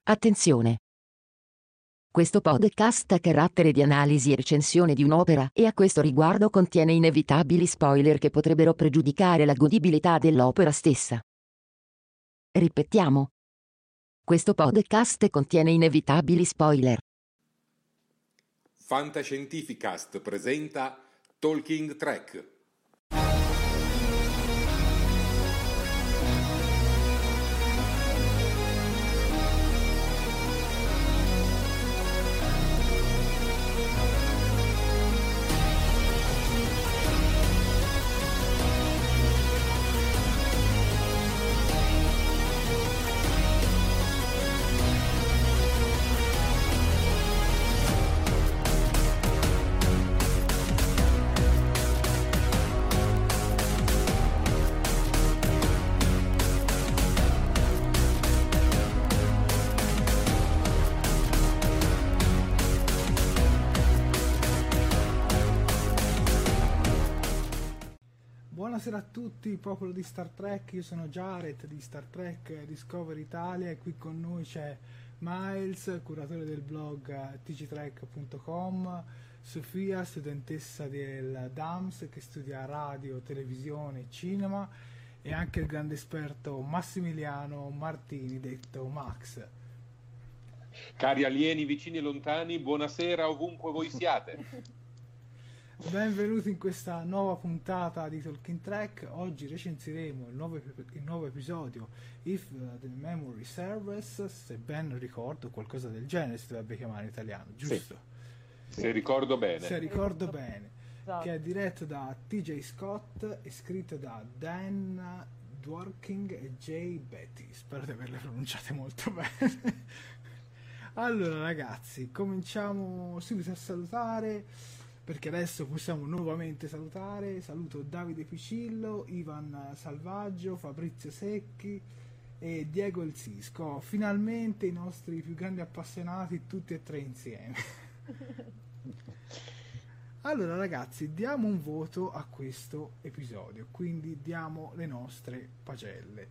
Attenzione! Questo podcast ha carattere di analisi e recensione di un'opera e a questo riguardo contiene inevitabili spoiler che potrebbero pregiudicare la godibilità dell'opera stessa. Ripetiamo. Questo podcast contiene inevitabili spoiler. Fantascientificast presenta Talking Trek. Buonasera a tutti, popolo di Star Trek, io sono Jared di Star Trek Discovery Italia e qui con noi c'è Miles, curatore del blog tctrek.com, Sofia, studentessa del DAMS che studia radio, televisione e cinema, e anche il grande esperto Massimiliano Martini, detto Max. Cari alieni vicini e lontani, buonasera ovunque voi siate. Benvenuti in questa nuova puntata di Talking Trek. Oggi recensiremo il nuovo episodio If the Memory Serves, se ben ricordo qualcosa del genere si dovrebbe chiamare in italiano, giusto? Sì. Se ricordo bene. Se ricordo bene. Esatto. Che è diretto da TJ Scott e scritto da Dan Dworkin e Jay Betty. Spero di averle pronunciate molto bene. Allora ragazzi, cominciamo subito a salutare, perché adesso possiamo nuovamente salutare. Saluto Davide Picillo, Ivan Salvaggio, Fabrizio Secchi e Diego El Cisco. Finalmente i nostri più grandi appassionati tutti e tre insieme. Allora ragazzi, diamo un voto a questo episodio, quindi diamo le nostre pagelle.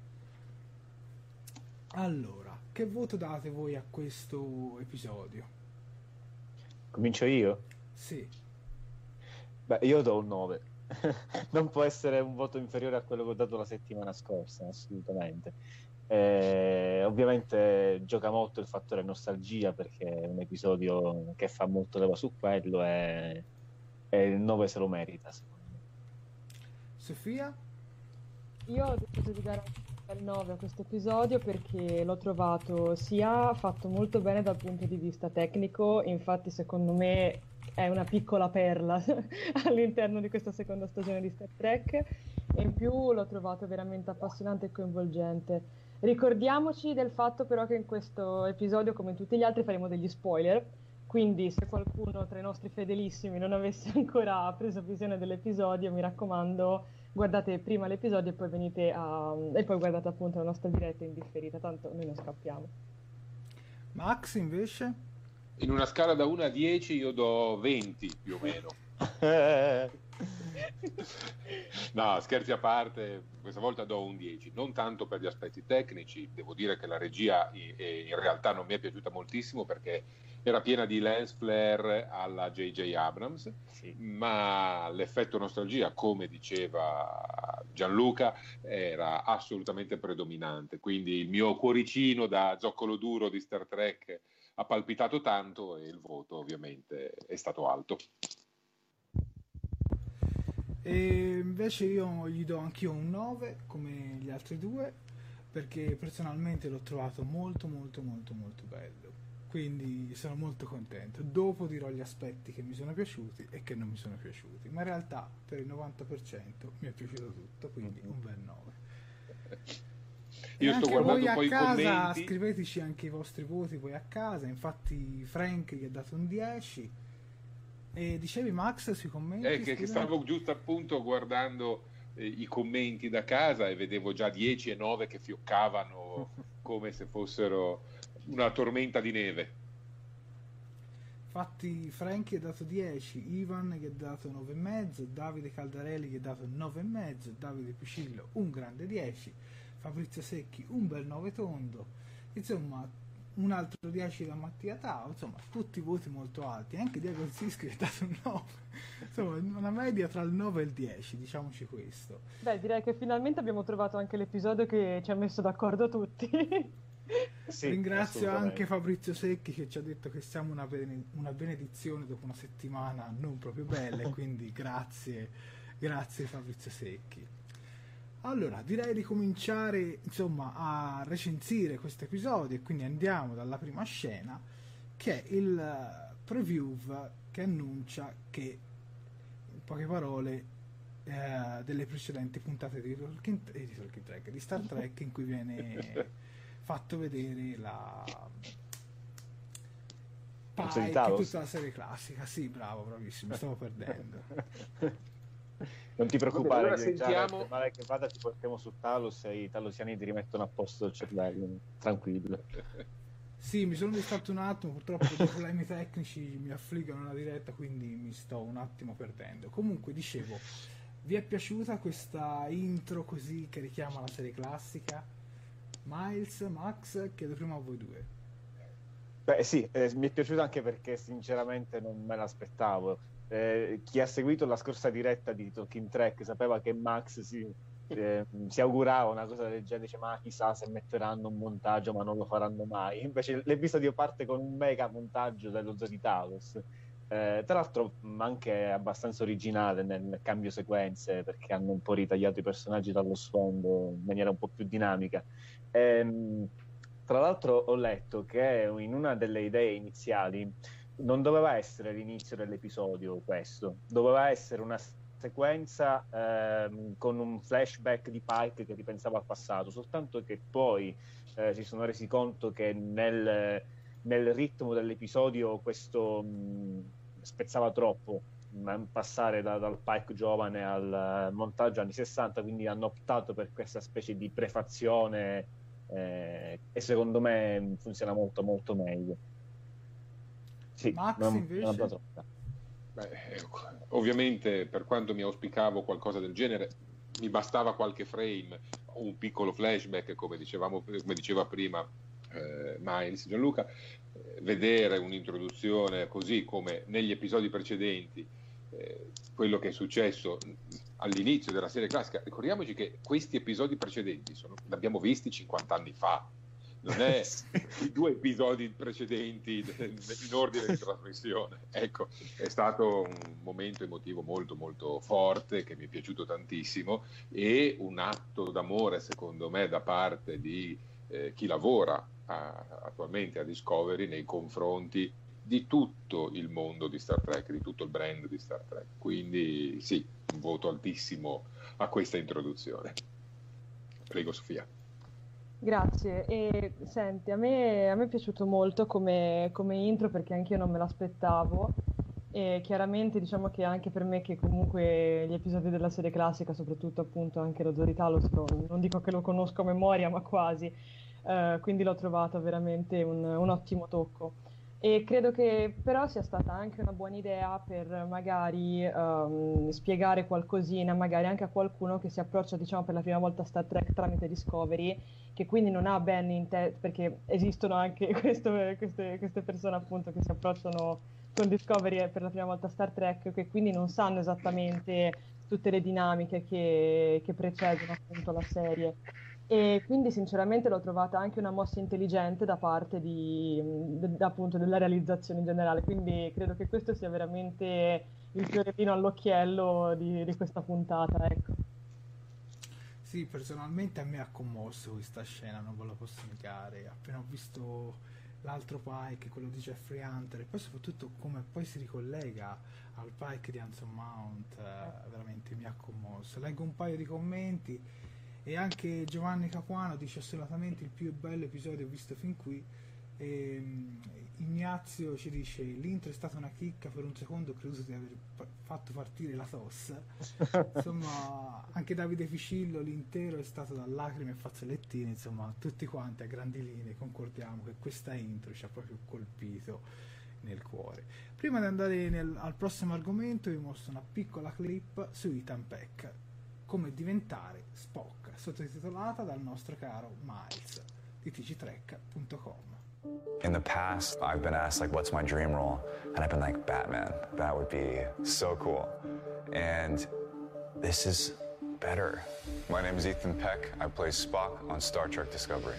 Allora, che voto date voi a questo episodio? Comincio io? Sì. Beh, io do un 9. Non può essere un voto inferiore a quello che ho dato la settimana scorsa, assolutamente. Ovviamente gioca molto il fattore nostalgia, perché è un episodio che fa molto leva su quello e il 9 se lo merita, secondo me. Sofia? Io ho deciso di dare il 9 a questo episodio perché l'ho trovato sia fatto molto bene dal punto di vista tecnico, infatti secondo me è una piccola perla all'interno di questa seconda stagione di Star Trek, e in più l'ho trovato veramente appassionante e coinvolgente. Ricordiamoci del fatto però che in questo episodio, come in tutti gli altri, faremo degli spoiler, quindi se qualcuno tra i nostri fedelissimi non avesse ancora preso visione dell'episodio, mi raccomando, guardate prima l'episodio e poi e poi guardate appunto la nostra diretta in differita, tanto noi non scappiamo. Max invece? In una scala da 1 a 10 io do 20 più o meno. No, scherzi a parte, questa volta do un 10, non tanto per gli aspetti tecnici. Devo dire che la regia in realtà non mi è piaciuta moltissimo, perché era piena di lens flare alla J.J. Abrams, sì. Ma l'effetto nostalgia, come diceva Gianluca, era assolutamente predominante, quindi il mio cuoricino da zoccolo duro di Star Trek ha palpitato tanto e il voto ovviamente è stato alto. E invece io gli do anch'io un 9 come gli altri due, perché personalmente l'ho trovato molto molto molto molto bello, quindi sono molto contento. Dopo dirò gli aspetti che mi sono piaciuti e che non mi sono piaciuti, ma in realtà per il 90% mi è piaciuto tutto, quindi un bel 9. Io sto guardando poi i commenti. Scriveteci anche i vostri voti voi a casa. Infatti Frank gli ha dato un 10. E dicevi Max sui commenti? Che stavo giusto appunto guardando i commenti da casa e vedevo già 10 e 9 che fioccavano come se fossero una tormenta di neve. Infatti Frank gli ha dato 10, Ivan gli ha dato 9,5, Davide Caldarelli gli ha dato 9,5, Davide Picillo un grande 10, Fabrizio Secchi un bel 9 tondo. Insomma, un altro 10 da Mattia Tao, insomma tutti voti molto alti, anche Diego Zischi è dato un 9, insomma una media tra il 9 e il 10, diciamoci questo. Beh, direi che finalmente abbiamo trovato anche l'episodio che ci ha messo d'accordo tutti. Sì, Ringrazio anche Fabrizio Secchi che ci ha detto che siamo una benedizione dopo una settimana non proprio bella, e quindi grazie Fabrizio Secchi. Allora, direi di cominciare insomma a recensire questo episodio, e quindi andiamo dalla prima scena, che è il preview che annuncia che, in poche parole, delle precedenti puntate di Talking Trek, di Star Trek, in cui viene fatto vedere la Pike, tutta la serie classica. Sì, bravo, bravissimo, mi stavo perdendo. Non ti preoccupare, allora sentiamo... male che vada ti portiamo su Talos e i talosiani ti rimettono a posto il cervello, tranquillo. Sì, mi sono distratto un attimo, purtroppo dei problemi tecnici mi affliggono la diretta, quindi mi sto un attimo perdendo. Comunque, dicevo, vi è piaciuta questa intro così che richiama la serie classica? Miles, Max, chiedo prima a voi due. Beh sì, mi è piaciuto anche perché sinceramente non me l'aspettavo. Chi ha seguito la scorsa diretta di Talking Trek sapeva che Max si augurava una cosa del genere, dice ma chissà se metteranno un montaggio, ma non lo faranno mai. Invece l'episodio parte con un mega montaggio dello Zoo di Talos, tra l'altro anche abbastanza originale nel cambio sequenze, perché hanno un po' ritagliato i personaggi dallo sfondo in maniera un po' più dinamica. Tra l'altro ho letto che in una delle idee iniziali non doveva essere l'inizio dell'episodio questo, doveva essere una sequenza con un flashback di Pike che ripensava al passato, soltanto che poi si sono resi conto che nel ritmo dell'episodio questo spezzava troppo, passare dal Pike giovane al montaggio anni 60, quindi hanno optato per questa specie di prefazione e secondo me funziona molto molto meglio. Sì, Max invece? Beh, ovviamente per quanto mi auspicavo qualcosa del genere mi bastava qualche frame, un piccolo flashback come diceva prima Miles Gianluca, vedere un'introduzione così come negli episodi precedenti, quello che è successo all'inizio della serie classica. Ricordiamoci che questi episodi precedenti l'abbiamo visti 50 anni fa, non è i 2 episodi precedenti in ordine di trasmissione. Ecco, è stato un momento emotivo molto molto forte che mi è piaciuto tantissimo, e un atto d'amore secondo me da parte di chi lavora attualmente a Discovery nei confronti di tutto il mondo di Star Trek, di tutto il brand di Star Trek. Quindi sì, un voto altissimo a questa introduzione. Prego Sofia. Grazie, e senti, a me è piaciuto molto come intro, perché anche io non me l'aspettavo, e chiaramente diciamo che anche per me, che comunque gli episodi della serie classica, soprattutto appunto anche lo Zoo di Talos, non dico che lo conosco a memoria, ma quasi, quindi l'ho trovato veramente un ottimo tocco. E credo che però sia stata anche una buona idea per magari spiegare qualcosina, magari anche a qualcuno che si approccia, diciamo, per la prima volta a Star Trek tramite Discovery, che quindi non ha ben in perché esistono anche queste persone appunto che si approcciano con Discovery per la prima volta a Star Trek, che quindi non sanno esattamente tutte le dinamiche che precedono appunto la serie. E quindi sinceramente l'ho trovata anche una mossa intelligente da parte appunto della realizzazione in generale, quindi credo che questo sia veramente il fiorellino all'occhiello di questa puntata, ecco. Sì, personalmente a me ha commosso questa scena, non ve lo posso negare. Appena ho visto l'altro Pike, quello di Jeffrey Hunter, e poi soprattutto come poi si ricollega al Pike di Anson Mount, veramente mi ha commosso. Leggo un paio di commenti, e anche Giovanni Capuano dice assolutamente il più bello episodio visto fin qui. Ignazio ci dice l'intro è stata una chicca, per un secondo ho creduto di aver fatto partire la tosse. Insomma, anche Davide Ficillo, l'intero è stato da lacrime e fazzolettini. Insomma, tutti quanti a grandi linee concordiamo che questa intro ci ha proprio colpito nel cuore. Prima di andare al prossimo argomento vi mostro una piccola clip su Ethan Peck, come diventare Spock, sottotitolata dal nostro caro Miles di tgtrek.com. In the past, I've been asked, like, what's my dream role? And I've been like, Batman. That would be so cool. And this is better. My name is Ethan Peck. I play Spock on Star Trek Discovery.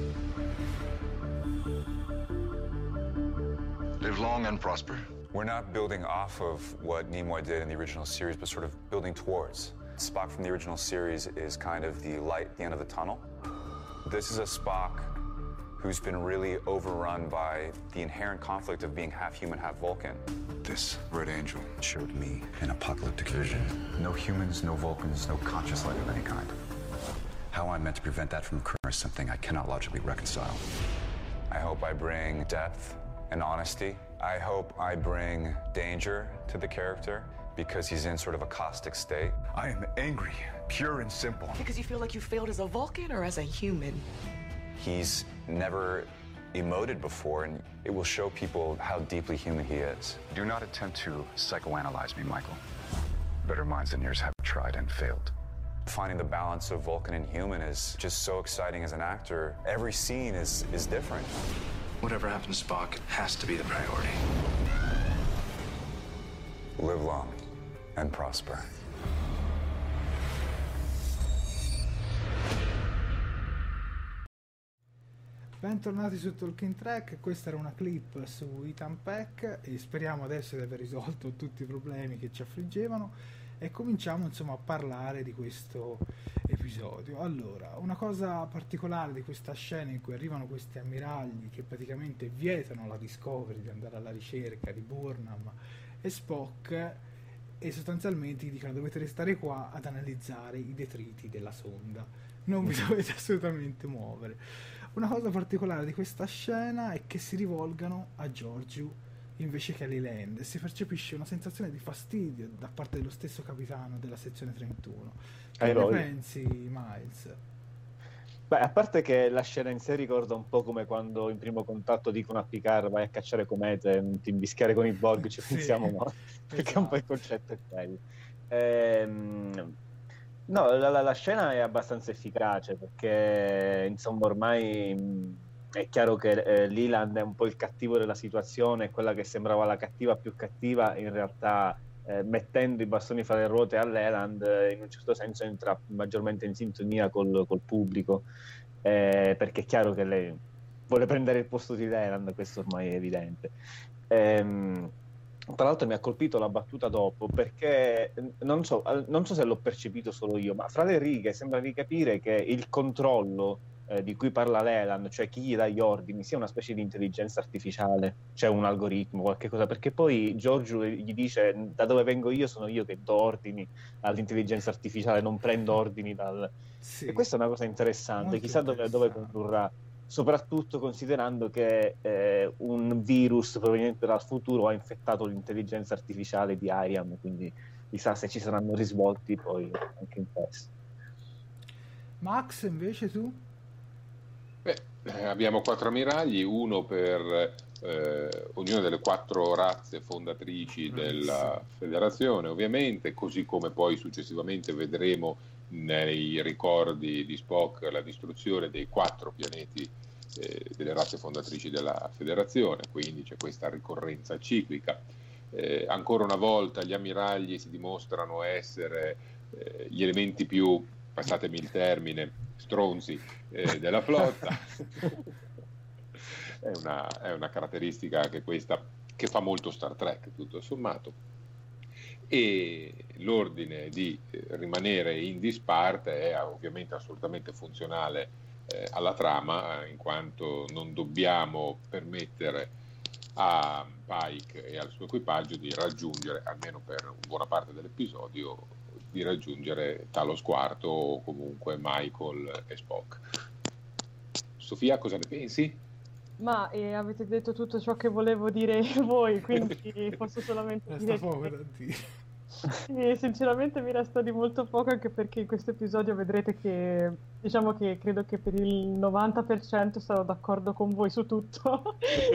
Live long and prosper. We're not building off of what Nimoy did in the original series, but sort of building towards. Spock from the original series is kind of the light at the end of the tunnel. This is a Spock who's been really overrun by the inherent conflict of being half human, half Vulcan. This Red Angel Showed me an apocalyptic vision. No humans, no Vulcans, no conscious life of any kind. How I'm meant to prevent that from occurring is something I cannot logically reconcile. I hope I bring depth and honesty. I hope I bring danger to the character because he's in sort of a caustic state. I am angry, pure and simple. Because you feel like you failed as a Vulcan or as a human? He's never emoted before, and it will show people how deeply human he is. Do not attempt to psychoanalyze me, Michael. Better minds than yours have tried and failed. Finding the balance of Vulcan and human is just so exciting as an actor. Every scene is different. Whatever happens to Spock has to be the priority. Live long and prosper. Bentornati su Talking Track, questa era una clip su Ethan Peck e speriamo adesso di aver risolto tutti i problemi che ci affliggevano e cominciamo insomma a parlare di questo episodio. Allora, una cosa particolare di questa scena in cui arrivano questi ammiragli che praticamente vietano la Discovery di andare alla ricerca di Burnham e Spock e sostanzialmente gli dicono dovete restare qua ad analizzare i detriti della sonda, non vi dovete assolutamente muovere. Una cosa particolare di questa scena è che si rivolgano a Georgiou invece che a Leland e si percepisce una sensazione di fastidio da parte dello stesso capitano della sezione 31. Che ne pensi, Miles? Beh, a parte che la scena in sé ricorda un po' come quando in Primo Contatto dicono a Picard vai a cacciare comete, non ti imbischiare con i Borg, ci pensiamo, no? Perché un po' il concetto è quello. No, la scena è abbastanza efficace perché insomma ormai è chiaro che Leland è un po' il cattivo della situazione, quella che sembrava la cattiva più cattiva in realtà mettendo i bastoni fra le ruote a Leland in un certo senso entra maggiormente in sintonia col pubblico perché è chiaro che lei vuole prendere il posto di Leland, questo ormai è evidente. Tra l'altro mi ha colpito la battuta dopo perché non so se l'ho percepito solo io, ma fra le righe sembra di capire che il controllo di cui parla Leland, cioè chi gli dà gli ordini, sia una specie di intelligenza artificiale, cioè un algoritmo, qualche cosa, perché poi Georgiou gli dice da dove vengo io sono io che do ordini all'intelligenza artificiale, non prendo ordini dal... Sì. E questa è una cosa interessante, chissà dove condurrà. Soprattutto considerando che un virus proveniente dal futuro ha infettato l'intelligenza artificiale di Ariam, quindi chissà se ci saranno risvolti poi anche in questo. Max, invece tu? Abbiamo 4 ammiragli, uno per ognuna delle 4 razze fondatrici della federazione, ovviamente, così come poi successivamente vedremo nei ricordi di Spock la distruzione dei 4 pianeti delle razze fondatrici della federazione, quindi c'è questa ricorrenza ciclica. Ancora una volta gli ammiragli si dimostrano essere gli elementi più, passatemi il termine, stronzi della flotta. È una caratteristica che questa che fa molto Star Trek tutto sommato, e l'ordine di rimanere in disparte è ovviamente assolutamente funzionale alla trama, in quanto non dobbiamo permettere a Pike e al suo equipaggio di raggiungere, almeno per buona parte dell'episodio, di raggiungere Talos IV o comunque Michael e Spock. Sofia, cosa ne pensi? Ma avete detto tutto ciò che volevo dire voi, quindi posso solamente dire poco da dire. Sì, sinceramente mi resta di molto poco, anche perché in questo episodio vedrete che, diciamo che credo che per il 90% sarò d'accordo con voi su tutto.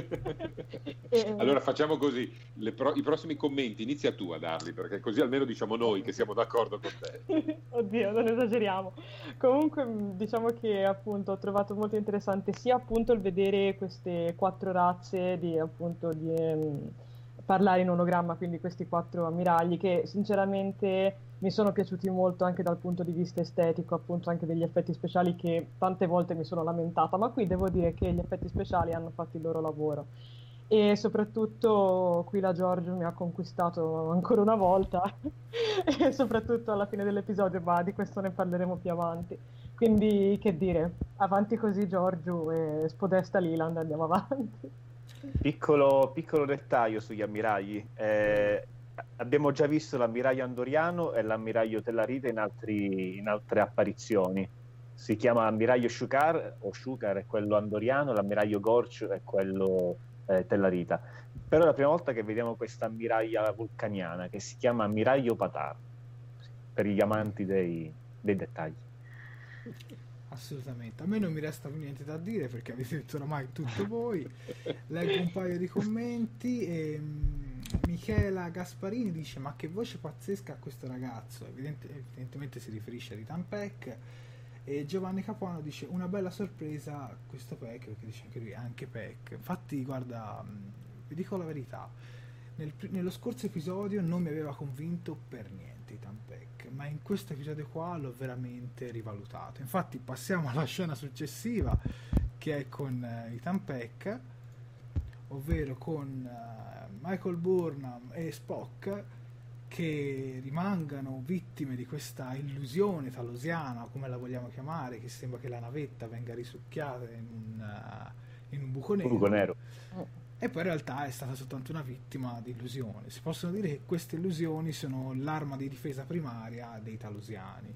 Allora facciamo così, i prossimi commenti inizia tu a darli, perché così almeno diciamo noi che siamo d'accordo con te. Oddio, non esageriamo. Comunque, diciamo che appunto ho trovato molto interessante sia appunto il vedere queste 4 razze di appunto di parlare in ologramma, quindi questi 4 ammiragli che sinceramente mi sono piaciuti molto anche dal punto di vista estetico, appunto anche degli effetti speciali che tante volte mi sono lamentata, ma qui devo dire che gli effetti speciali hanno fatto il loro lavoro. E soprattutto qui la Giorgio mi ha conquistato ancora una volta e soprattutto alla fine dell'episodio, ma di questo ne parleremo più avanti. Quindi che dire, avanti così Giorgio e spodesta Leland, andiamo avanti. Piccolo dettaglio sugli ammiragli. Abbiamo già visto l'ammiraglio andoriano e l'ammiraglio Tellarite in altre apparizioni. Si chiama ammiraglio Shukar, o Shukar è quello andoriano, l'ammiraglio Gorch è quello Tellarita. Però è la prima volta che vediamo questa ammiraglia vulcaniana che si chiama ammiraglio Patar, per gli amanti dei dettagli. Assolutamente, a me non mi resta più niente da dire perché avete detto oramai tutto voi. Leggo un paio di commenti e Michela Gasparini dice: ma che voce pazzesca ha questo ragazzo, evidentemente si riferisce a Ethan Peck. E Giovanni Capuano dice: una bella sorpresa questo Peck, perché dice anche lui anche Peck. Infatti guarda, vi dico la verità, nello scorso episodio non mi aveva convinto per niente Ethan Peck, ma in questo episodio qua l'ho veramente rivalutato. Infatti passiamo alla scena successiva, che è con Ethan Peck, ovvero con Michael Burnham e Spock, che rimangano vittime di questa illusione talosiana, come la vogliamo chiamare, che sembra che la navetta venga risucchiata in un buco nero. E poi in realtà è stata soltanto una vittima di illusione. Si possono dire che queste illusioni sono l'arma di difesa primaria dei talosiani.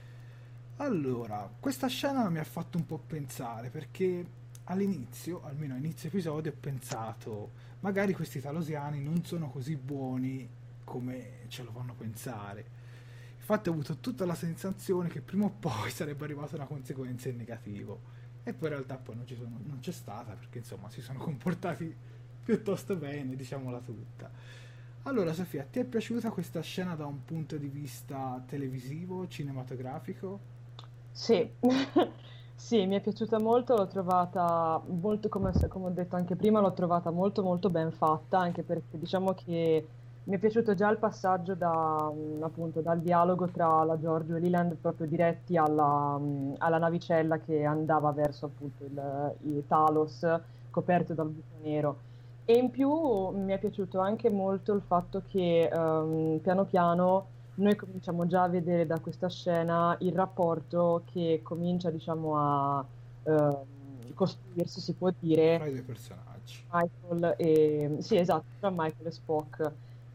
Allora, questa scena mi ha fatto un po' pensare, perché all'inizio, almeno a inizio episodio, ho pensato magari questi talosiani non sono così buoni come ce lo fanno pensare. Infatti ho avuto tutta la sensazione che prima o poi sarebbe arrivata una conseguenza in negativo, e poi in realtà poi non c'è stata, perché insomma si sono comportati piuttosto bene, diciamola tutta. Allora Sofia, ti è piaciuta questa scena da un punto di vista televisivo, cinematografico? Sì, sì, mi è piaciuta molto, l'ho trovata molto, come ho detto anche prima, l'ho trovata molto molto ben fatta, anche perché diciamo che mi è piaciuto già il passaggio appunto dal dialogo tra la Giorgio e Leland proprio diretti alla navicella che andava verso appunto il Talos coperto dal buco nero. E in più mi è piaciuto anche molto il fatto che piano piano noi cominciamo già a vedere da questa scena il rapporto che comincia, diciamo, a costruirsi, si può dire, tra i due personaggi, Michael e... sì, esatto, tra Michael e Spock.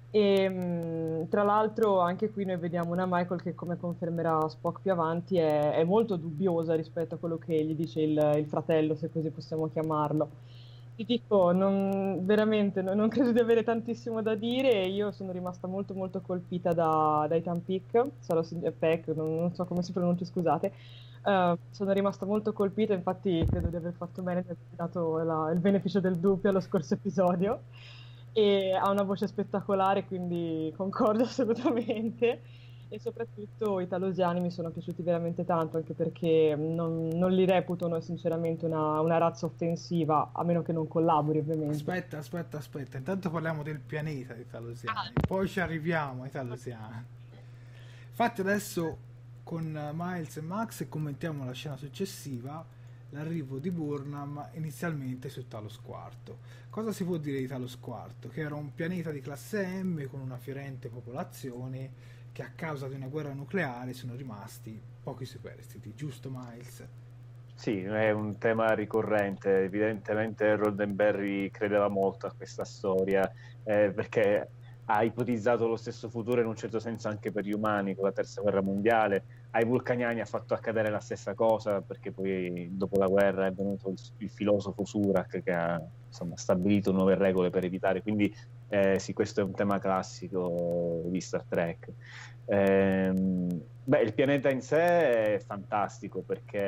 E tra l'altro anche qui noi vediamo una Michael che, come confermerà Spock più avanti, è molto dubbiosa rispetto a quello che gli dice il fratello, se così possiamo chiamarlo. Ti dico, veramente non credo di avere tantissimo da dire. Io sono rimasta molto molto colpita da Ethan Peck, non so come si pronuncia, scusate. Sono rimasta molto colpita, infatti credo di aver fatto bene di aver dato il beneficio del dubbio allo scorso episodio, e ha una voce spettacolare, quindi concordo assolutamente. E soprattutto i talosiani mi sono piaciuti veramente tanto, anche perché non li reputo sinceramente una razza offensiva, a meno che non collabori, ovviamente. Aspetta, intanto parliamo del pianeta dei talosiani, poi ci arriviamo ai talosiani. Infatti adesso con Miles e Max commentiamo la scena successiva, l'arrivo di Burnham inizialmente su Talos IV. Cosa si può dire di Talos IV? Che era un pianeta di classe M con una fiorente popolazione, che a causa di una guerra nucleare sono rimasti pochi superstiti, giusto Miles? Sì, è un tema ricorrente. Evidentemente Roddenberry credeva molto a questa storia, perché ha ipotizzato lo stesso futuro in un certo senso anche per gli umani con la terza guerra mondiale. Ai vulcaniani ha fatto accadere la stessa cosa, perché poi dopo la guerra è venuto il filosofo Surak che ha, insomma, stabilito nuove regole per evitare, quindi Sì, questo è un tema classico di Star Trek. Il pianeta in sé è fantastico perché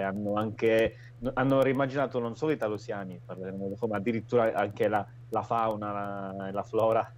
hanno rimmaginato non solo i talosiani, parleremo dopo, ma addirittura anche la fauna, la flora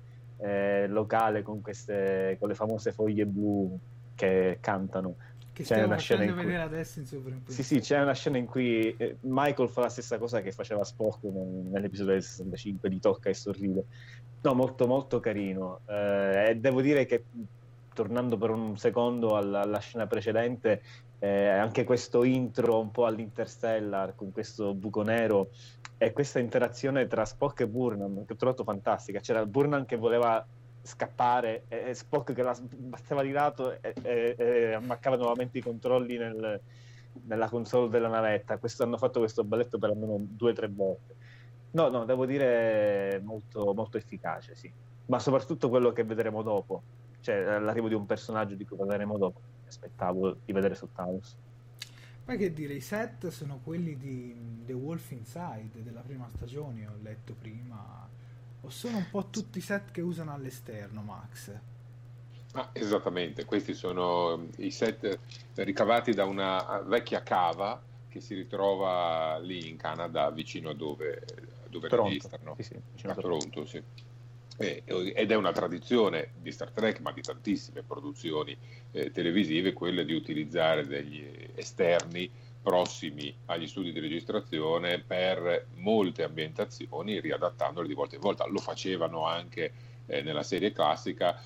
locale con le famose foglie blu che cantano. Che stiamo facendo vedere adesso in sovraimpressione. Sì, c'è una scena in cui Michael fa la stessa cosa che faceva Spock nell'episodio del 65 di Tocca e sorride. No, molto molto carino. E devo dire che, tornando per un secondo alla scena precedente, anche questo intro un po' all'Interstellar con questo buco nero e questa interazione tra Spock e Burnham che ho trovato fantastica. C'era Burnham che voleva scappare e Spock che la batteva di lato e ammaccava nuovamente i controlli nella console della navetta. Hanno fatto questo balletto per almeno 2 o 3 volte. No, devo dire molto, molto efficace, sì. Ma soprattutto quello che vedremo dopo, cioè l'arrivo di un personaggio di cui parleremo dopo. Aspettavo di vedere su Talos. Poi che dire, i set sono quelli di The Wolf Inside della prima stagione, ho letto prima, o sono un po' tutti i set che usano all'esterno, Max? Esattamente, questi sono i set ricavati da una vecchia cava che si ritrova lì in Canada, vicino a dove registrano, sì, a Toronto, sì. Ed è una tradizione di Star Trek, ma di tantissime produzioni televisive, quella di utilizzare degli esterni prossimi agli studi di registrazione per molte ambientazioni, riadattandole di volta in volta. Lo facevano anche nella serie classica,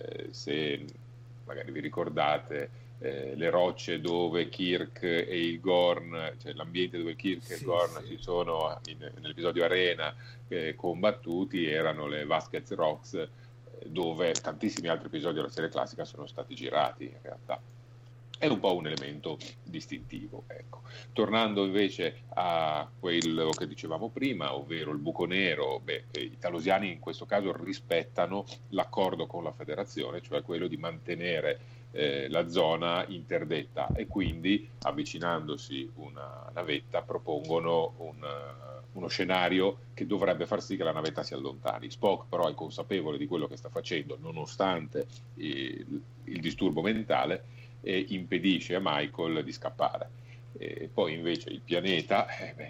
se magari vi ricordate le rocce dove Kirk e il Gorn, cioè l'ambiente dove Kirk e il Gorn si sono nell'episodio Arena combattuti, erano le Vasquez Rocks, dove tantissimi altri episodi della serie classica sono stati girati in realtà. È un po' un elemento distintivo, ecco. Tornando invece a quello che dicevamo prima, ovvero il buco nero, i talosiani in questo caso rispettano l'accordo con la Federazione, cioè quello di mantenere la zona interdetta, e quindi, avvicinandosi una navetta, propongono uno scenario che dovrebbe far sì che la navetta si allontani. Spock però è consapevole di quello che sta facendo, nonostante il disturbo mentale, e impedisce a Michael di scappare. E poi invece il pianeta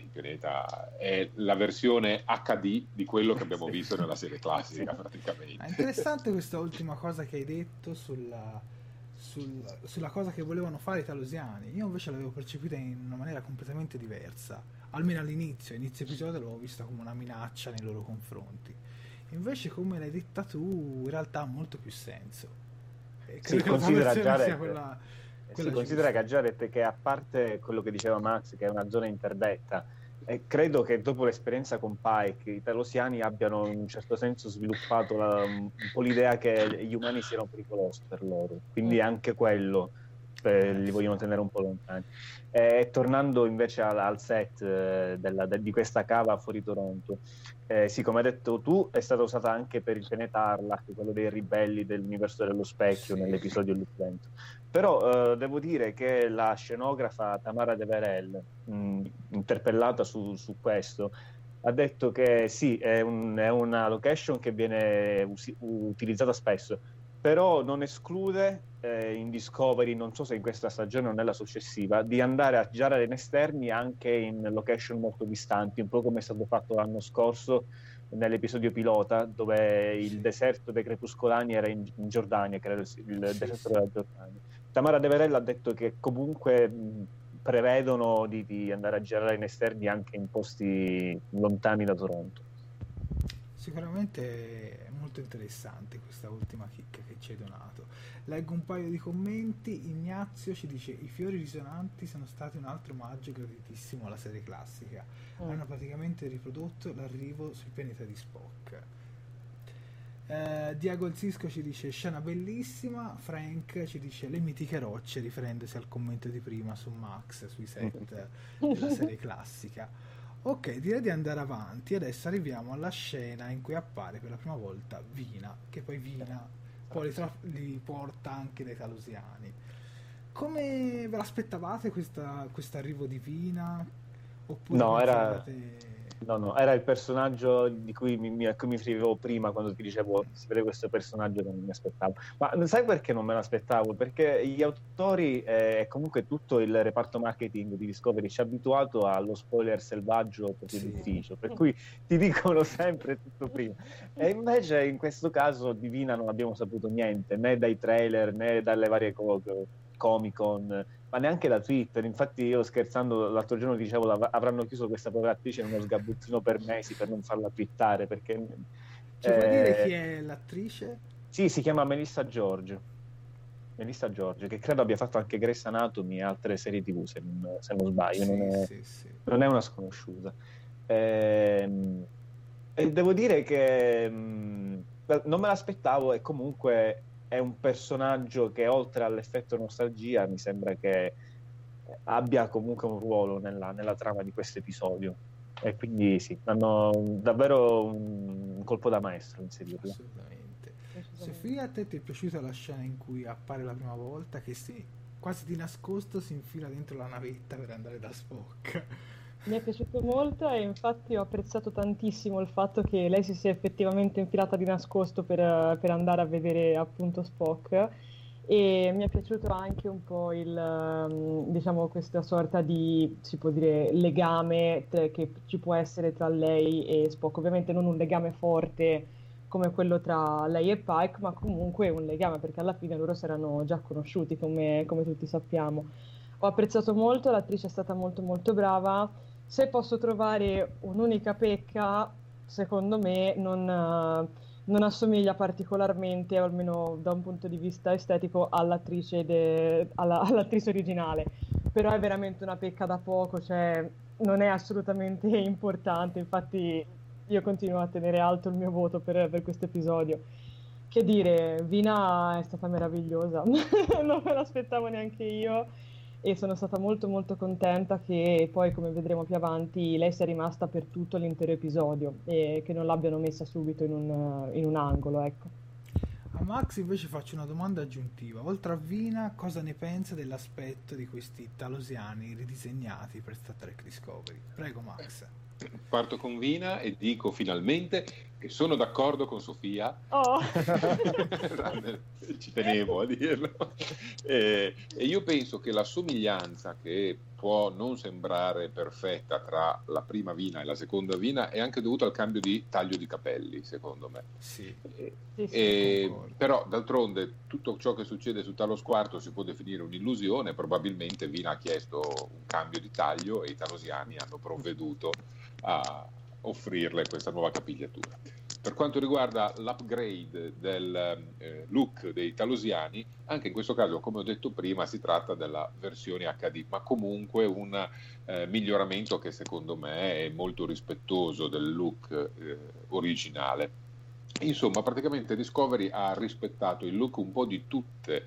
è la versione HD di quello che abbiamo visto nella serie classica, praticamente. È interessante questa ultima cosa che hai detto sulla cosa che volevano fare i talosiani. Io invece l'avevo percepita in una maniera completamente diversa, almeno all'inizio episodio l'avevo vista come una minaccia nei loro confronti. Invece, come l'hai detta tu, in realtà ha molto più senso. Considera che Jared, che a parte quello che diceva Max, che è una zona interdetta, credo che dopo l'esperienza con Pike i talosiani abbiano in un certo senso sviluppato un po' l'idea che gli umani siano pericolosi per loro, quindi anche quello li vogliono tenere un po' lontani. Tornando invece al set di questa cava fuori Toronto, sì, come hai detto tu, è stata usata anche per il pianeta Arlach, quello dei ribelli dell'universo dello specchio, nell'episodio Lutento. Però devo dire che la scenografa Tamara Deverell, interpellata su questo, ha detto che sì, è una location che viene utilizzata spesso, però non esclude in Discovery, non so se in questa stagione o nella successiva, di andare a girare in esterni anche in location molto distanti, un po' come è stato fatto l'anno scorso nell'episodio pilota, dove il deserto dei Crepuscolani era in Giordania, credo il deserto della Giordania. Tamara Deverell ha detto che comunque prevedono di andare a girare in esterni anche in posti lontani da Toronto. Sicuramente è molto interessante questa ultima chicca che ci hai donato. Leggo un paio di commenti. Ignazio ci dice: i fiori risonanti sono stati un altro omaggio graditissimo alla serie classica. Hanno praticamente riprodotto l'arrivo sul pianeta di Spock. Diago il Cisco ci dice: scena bellissima. Frank ci dice: le mitiche rocce, riferendosi al commento di prima su Max sui set della serie classica. Ok, direi di andare avanti. Adesso arriviamo alla scena in cui appare per la prima volta Vina, che poi Vina poi li porta anche dai talosiani. Come ve l'aspettavate questo arrivo di Vina? Oppure no, No, era il personaggio di cui mi riferivo prima quando ti dicevo si vede questo personaggio che non mi aspettavo. Ma sai perché non me l'aspettavo? Perché gli autori e comunque tutto il reparto marketing di Discovery ci ha abituato allo spoiler selvaggio proprio d'ufficio, per cui ti dicono sempre tutto prima. E invece in questo caso di Vina non abbiamo saputo niente, né dai trailer né dalle varie Comic-Con, ma neanche da Twitter. Infatti io scherzando l'altro giorno dicevo avranno chiuso questa povera attrice in uno sgabuzzino per mesi per non farla twittare, perché ci puoi dire chi è l'attrice? Sì, si chiama Melissa George, che credo abbia fatto anche Grey's Anatomy e altre serie TV se non sbaglio. Non è una sconosciuta, e devo dire che non me l'aspettavo, e comunque è un personaggio che oltre all'effetto nostalgia mi sembra che abbia comunque un ruolo nella trama di questo episodio, e quindi sì, hanno davvero un colpo da maestro inserirlo. Assolutamente. Sofia, a te ti è piaciuta la scena in cui appare la prima volta, che quasi di nascosto si infila dentro la navetta per andare da Spock? Mi è piaciuto molto, e infatti ho apprezzato tantissimo il fatto che lei si sia effettivamente infilata di nascosto per andare a vedere appunto Spock, e mi è piaciuto anche un po' diciamo questa sorta di, si può dire, legame che ci può essere tra lei e Spock. Ovviamente non un legame forte come quello tra lei e Pike, ma comunque un legame, perché alla fine loro si erano già conosciuti, come tutti sappiamo. Ho apprezzato molto, l'attrice è stata molto molto brava. Se posso trovare un'unica pecca, secondo me non assomiglia particolarmente, o almeno da un punto di vista estetico, all'attrice originale. Però è veramente una pecca da poco, cioè non è assolutamente importante. Infatti io continuo a tenere alto il mio voto per questo episodio. Che dire, Vina è stata meravigliosa, non me l'aspettavo neanche io, e sono stata molto molto contenta che poi, come vedremo più avanti, lei sia rimasta per tutto l'intero episodio e che non l'abbiano messa subito in un angolo, ecco. A Max invece faccio una domanda aggiuntiva. Oltre a Vina, cosa ne pensa dell'aspetto di questi talosiani ridisegnati per Star Trek Discovery? Prego Max. Parto con Vina e dico finalmente che sono d'accordo con Sofia. Oh. Ci tenevo a dirlo. E io penso che la somiglianza, che può non sembrare perfetta, tra la prima Vina e la seconda Vina è anche dovuta al cambio di taglio di capelli, secondo me. Sì. Però d'altronde tutto ciò che succede su Talos IV si può definire un'illusione. Probabilmente Vina ha chiesto un cambio di taglio e i talosiani hanno provveduto a offrirle questa nuova capigliatura. Per quanto riguarda l'upgrade del look dei talosiani, anche in questo caso, come ho detto prima, si tratta della versione HD, ma comunque un miglioramento che secondo me è molto rispettoso del look originale. Insomma, praticamente Discovery ha rispettato il look un po' di tutte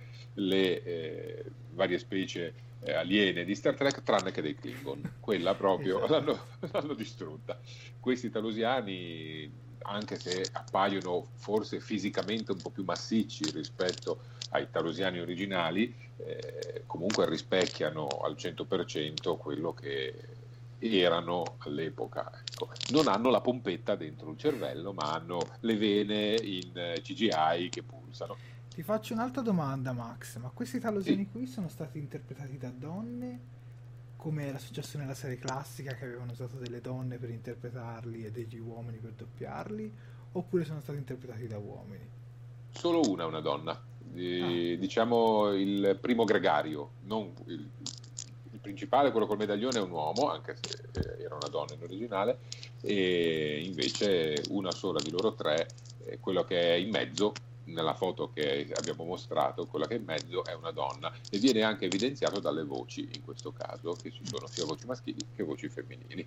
le varie specie aliene di Star Trek, tranne che dei Klingon. Quella proprio l'hanno distrutta. Questi talosiani, anche se appaiono forse fisicamente un po' più massicci rispetto ai talosiani originali, comunque rispecchiano al 100% quello che erano all'epoca. Ecco. Non hanno la pompetta dentro il cervello, ma hanno le vene in CGI che pulsano. Ti faccio un'altra domanda, Max, ma questi talosiani qui sono stati interpretati da donne, come era successo nella serie classica, che avevano usato delle donne per interpretarli e degli uomini per doppiarli, oppure sono stati interpretati da uomini? Solo una donna, diciamo il primo gregario, non il principale, quello col medaglione, è un uomo, anche se era una donna in originale, e invece una sola di loro tre, quello che è in mezzo, nella foto che abbiamo mostrato, quella che è in mezzo è una donna, e viene anche evidenziato dalle voci, in questo caso, che ci sono sia voci maschili che voci femminili.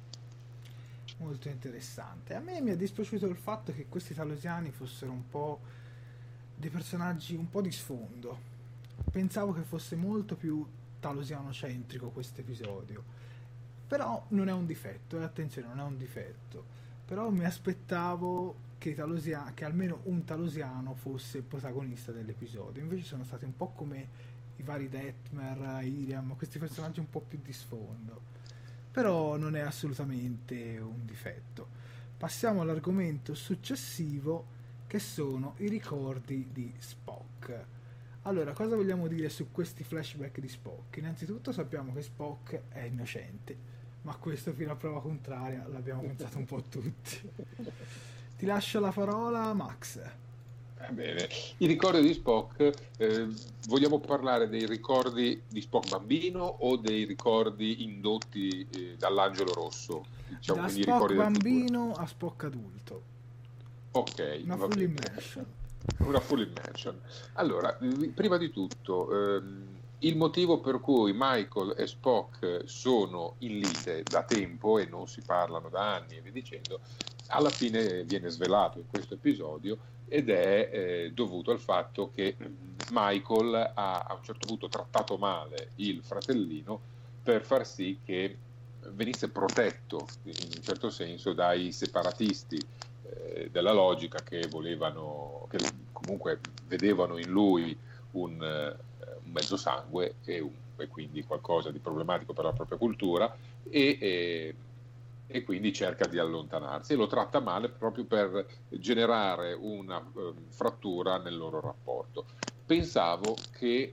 Molto interessante. A me mi è dispiaciuto il fatto che questi talosiani fossero un po' dei personaggi un po' di sfondo. Pensavo che fosse molto più talosiano-centrico questo episodio, però non è un difetto, attenzione, non è un difetto, però mi aspettavo che almeno un talosiano fosse il protagonista dell'episodio. Invece sono stati un po' come i vari Detmer, Iriam, questi personaggi un po' più di sfondo. però non è assolutamente un difetto. Passiamo all'argomento successivo, che sono i ricordi di Spock. Allora, cosa vogliamo dire su questi flashback di Spock? Innanzitutto sappiamo che Spock è innocente, ma questo fino a prova contraria l'abbiamo pensato un po' tutti. Ti lascio la parola, Max. Bene, i ricordi di Spock, vogliamo parlare dei ricordi di Spock bambino o dei ricordi indotti dall'angelo rosso? Diciamo, da quindi Spock bambino a Spock adulto. Ok, una full immersion. Una full immersion. Allora, prima di tutto, il motivo per cui Michael e Spock sono in lite da tempo e non si parlano da anni e via dicendo, alla fine viene svelato in questo episodio, ed è dovuto al fatto che Michael ha a un certo punto trattato male il fratellino per far sì che venisse protetto in un certo senso dai separatisti della logica, che volevano, che comunque vedevano in lui un mezzo sangue e quindi qualcosa di problematico per la propria cultura, e quindi cerca di allontanarsi e lo tratta male proprio per generare una frattura nel loro rapporto. Pensavo che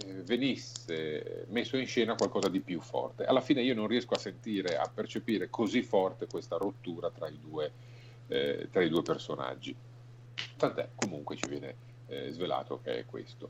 venisse messo in scena qualcosa di più forte. Alla fine io non riesco a percepire così forte questa rottura tra i due personaggi. Tant'è, comunque ci viene svelato che è questo.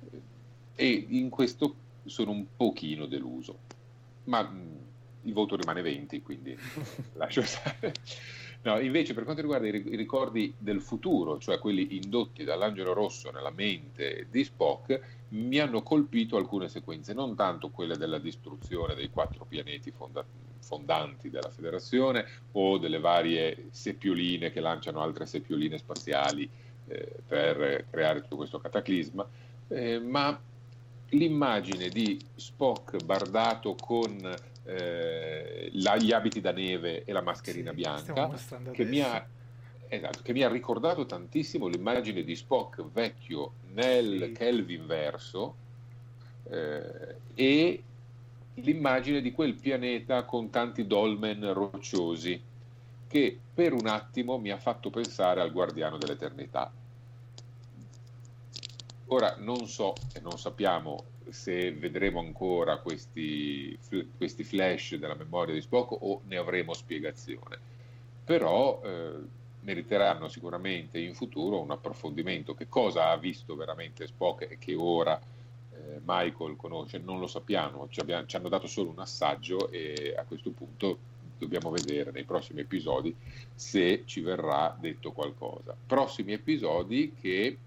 E in questo sono un pochino deluso. Ma il voto rimane 20, quindi lascio stare. No, invece per quanto riguarda i ricordi del futuro, cioè quelli indotti dall'angelo rosso nella mente di Spock, mi hanno colpito alcune sequenze, non tanto quelle della distruzione dei 4 pianeti fondanti della Federazione o delle varie seppioline che lanciano altre seppioline spaziali per creare tutto questo cataclisma, ma l'immagine di Spock bardato con gli abiti da neve e la mascherina bianca, che mi ha ricordato tantissimo l'immagine di Spock vecchio nel Kelvin verso, e l'immagine di quel pianeta con tanti dolmen rocciosi, che per un attimo mi ha fatto pensare al Guardiano dell'Eternità. Ora non so e non sappiamo se vedremo ancora questi flash della memoria di Spock o ne avremo spiegazione, però meriteranno sicuramente in futuro un approfondimento. Che cosa ha visto veramente Spock e che ora Michael conosce non lo sappiamo, ci hanno dato solo un assaggio, e a questo punto dobbiamo vedere nei prossimi episodi se ci verrà detto qualcosa. Prossimi episodi che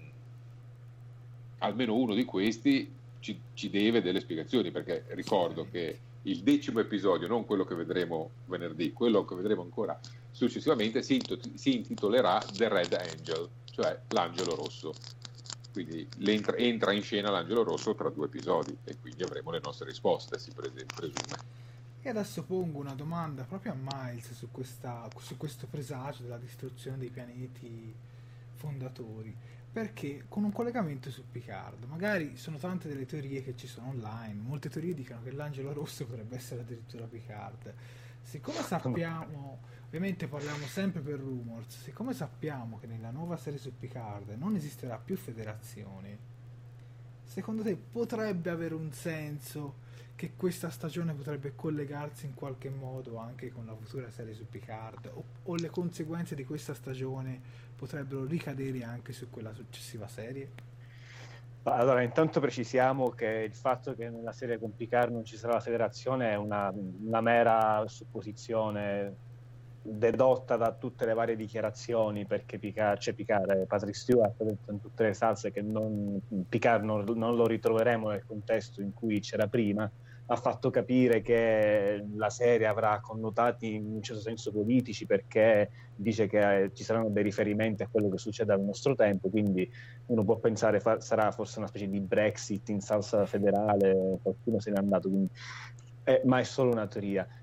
almeno uno di questi ci deve delle spiegazioni, perché ricordo che il 10° episodio, non quello che vedremo venerdì, quello che vedremo ancora successivamente, si intitolerà The Red Angel, cioè l'angelo rosso. Quindi entra in scena l'angelo rosso tra 2 episodi, e quindi avremo le nostre risposte, si presume. E adesso pongo una domanda proprio a Miles su questo presagio della distruzione dei pianeti fondatori, perché con un collegamento su Picard, magari sono tante delle teorie che ci sono online, molte teorie dicono che l'angelo rosso potrebbe essere addirittura Picard. Siccome sappiamo, ovviamente parliamo sempre per rumors, siccome sappiamo che nella nuova serie su Picard non esisterà più Federazione, secondo te potrebbe avere un senso che questa stagione potrebbe collegarsi in qualche modo anche con la futura serie su Picard, o le conseguenze di questa stagione potrebbero ricadere anche su quella successiva serie? Allora, intanto precisiamo che il fatto che nella serie con Picard non ci sarà la Federazione è una mera supposizione dedotta da tutte le varie dichiarazioni, perché Patrick Stewart ha detto in tutte le salse che Picard non lo ritroveremo nel contesto in cui c'era prima. Ha fatto capire che la serie avrà connotati in un certo senso politici, perché dice che ci saranno dei riferimenti a quello che succede al nostro tempo, quindi uno può pensare sarà forse una specie di Brexit in salsa federale, qualcuno se n'è andato, quindi, ma è solo una teoria.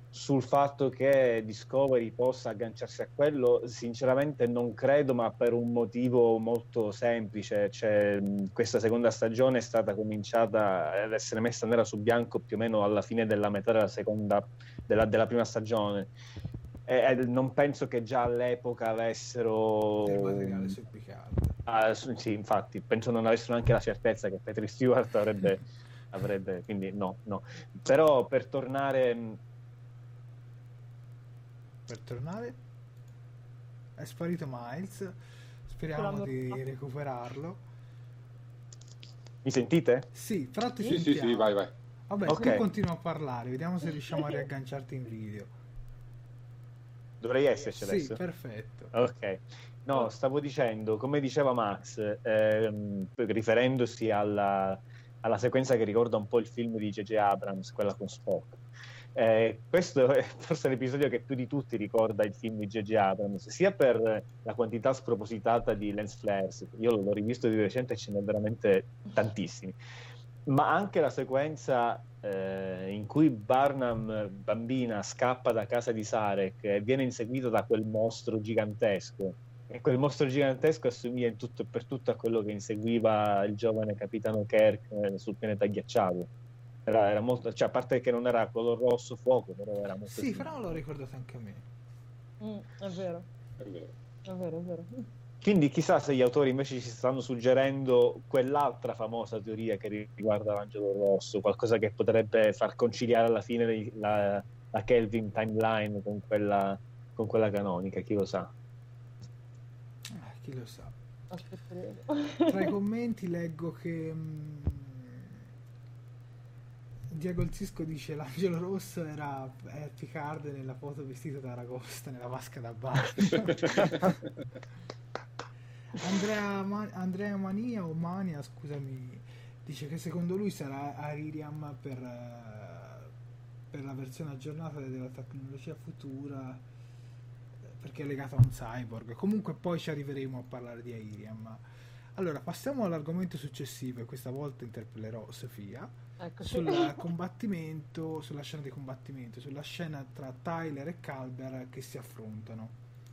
sul fatto che Discovery possa agganciarsi a quello, sinceramente non credo, ma per un motivo molto semplice. Cioè, questa seconda stagione è stata cominciata ad essere messa nera su bianco più o meno alla fine della metà della prima stagione. Non penso che già all'epoca avessero del materiale su Picard. Sì, infatti, penso non avessero neanche la certezza che Patrick Stewart avrebbe, quindi no. Però per tornare, è sparito Miles, speriamo di recuperarlo. Mi sentite? Sì, però ti Sì, sentiamo. sì, vai. Vabbè, Ok. tu continua a parlare, vediamo se riusciamo a riagganciarti in video. Dovrei esserci Sì, adesso? perfetto. Ok. No, stavo dicendo, come diceva Max, riferendosi alla sequenza che ricorda un po' il film di J.J. Abrams, quella con Spock. Questo è forse l'episodio che più di tutti ricorda il film di J.J. Abrams, sia per la quantità spropositata di lens flares, io l'ho rivisto di recente e ce n'è veramente tantissimi, ma anche la sequenza in cui Burnham, bambina, scappa da casa di Sarek e viene inseguita da quel mostro gigantesco, e quel mostro gigantesco assomiglia in tutto e per tutto a quello che inseguiva il giovane capitano Kirk sul pianeta ghiacciato. Era molto, cioè, a parte che non era color rosso fuoco, però era molto Sì, simile. però l'ho ricordato anche a me. È vero. È vero. Quindi chissà se gli autori invece ci stanno suggerendo quell'altra famosa teoria che riguarda l'angelo rosso, qualcosa che potrebbe far conciliare alla fine la Kelvin timeline con quella canonica, chi lo sa. Chi lo sa. Aspetteremo. Tra i commenti leggo che Diego il Cisco dice l'angelo rosso è Picard nella foto vestito da Aragosta nella vasca da bar. Andrea Mania, scusami, dice che secondo lui sarà Aririam per la versione aggiornata della tecnologia futura, perché è legato a un cyborg. Comunque poi ci arriveremo a parlare di Airiam. Allora passiamo all'argomento successivo, e questa volta interpellerò Sofia sul combattimento, sulla scena di combattimento, sulla scena tra Tyler e Culber che si affrontano.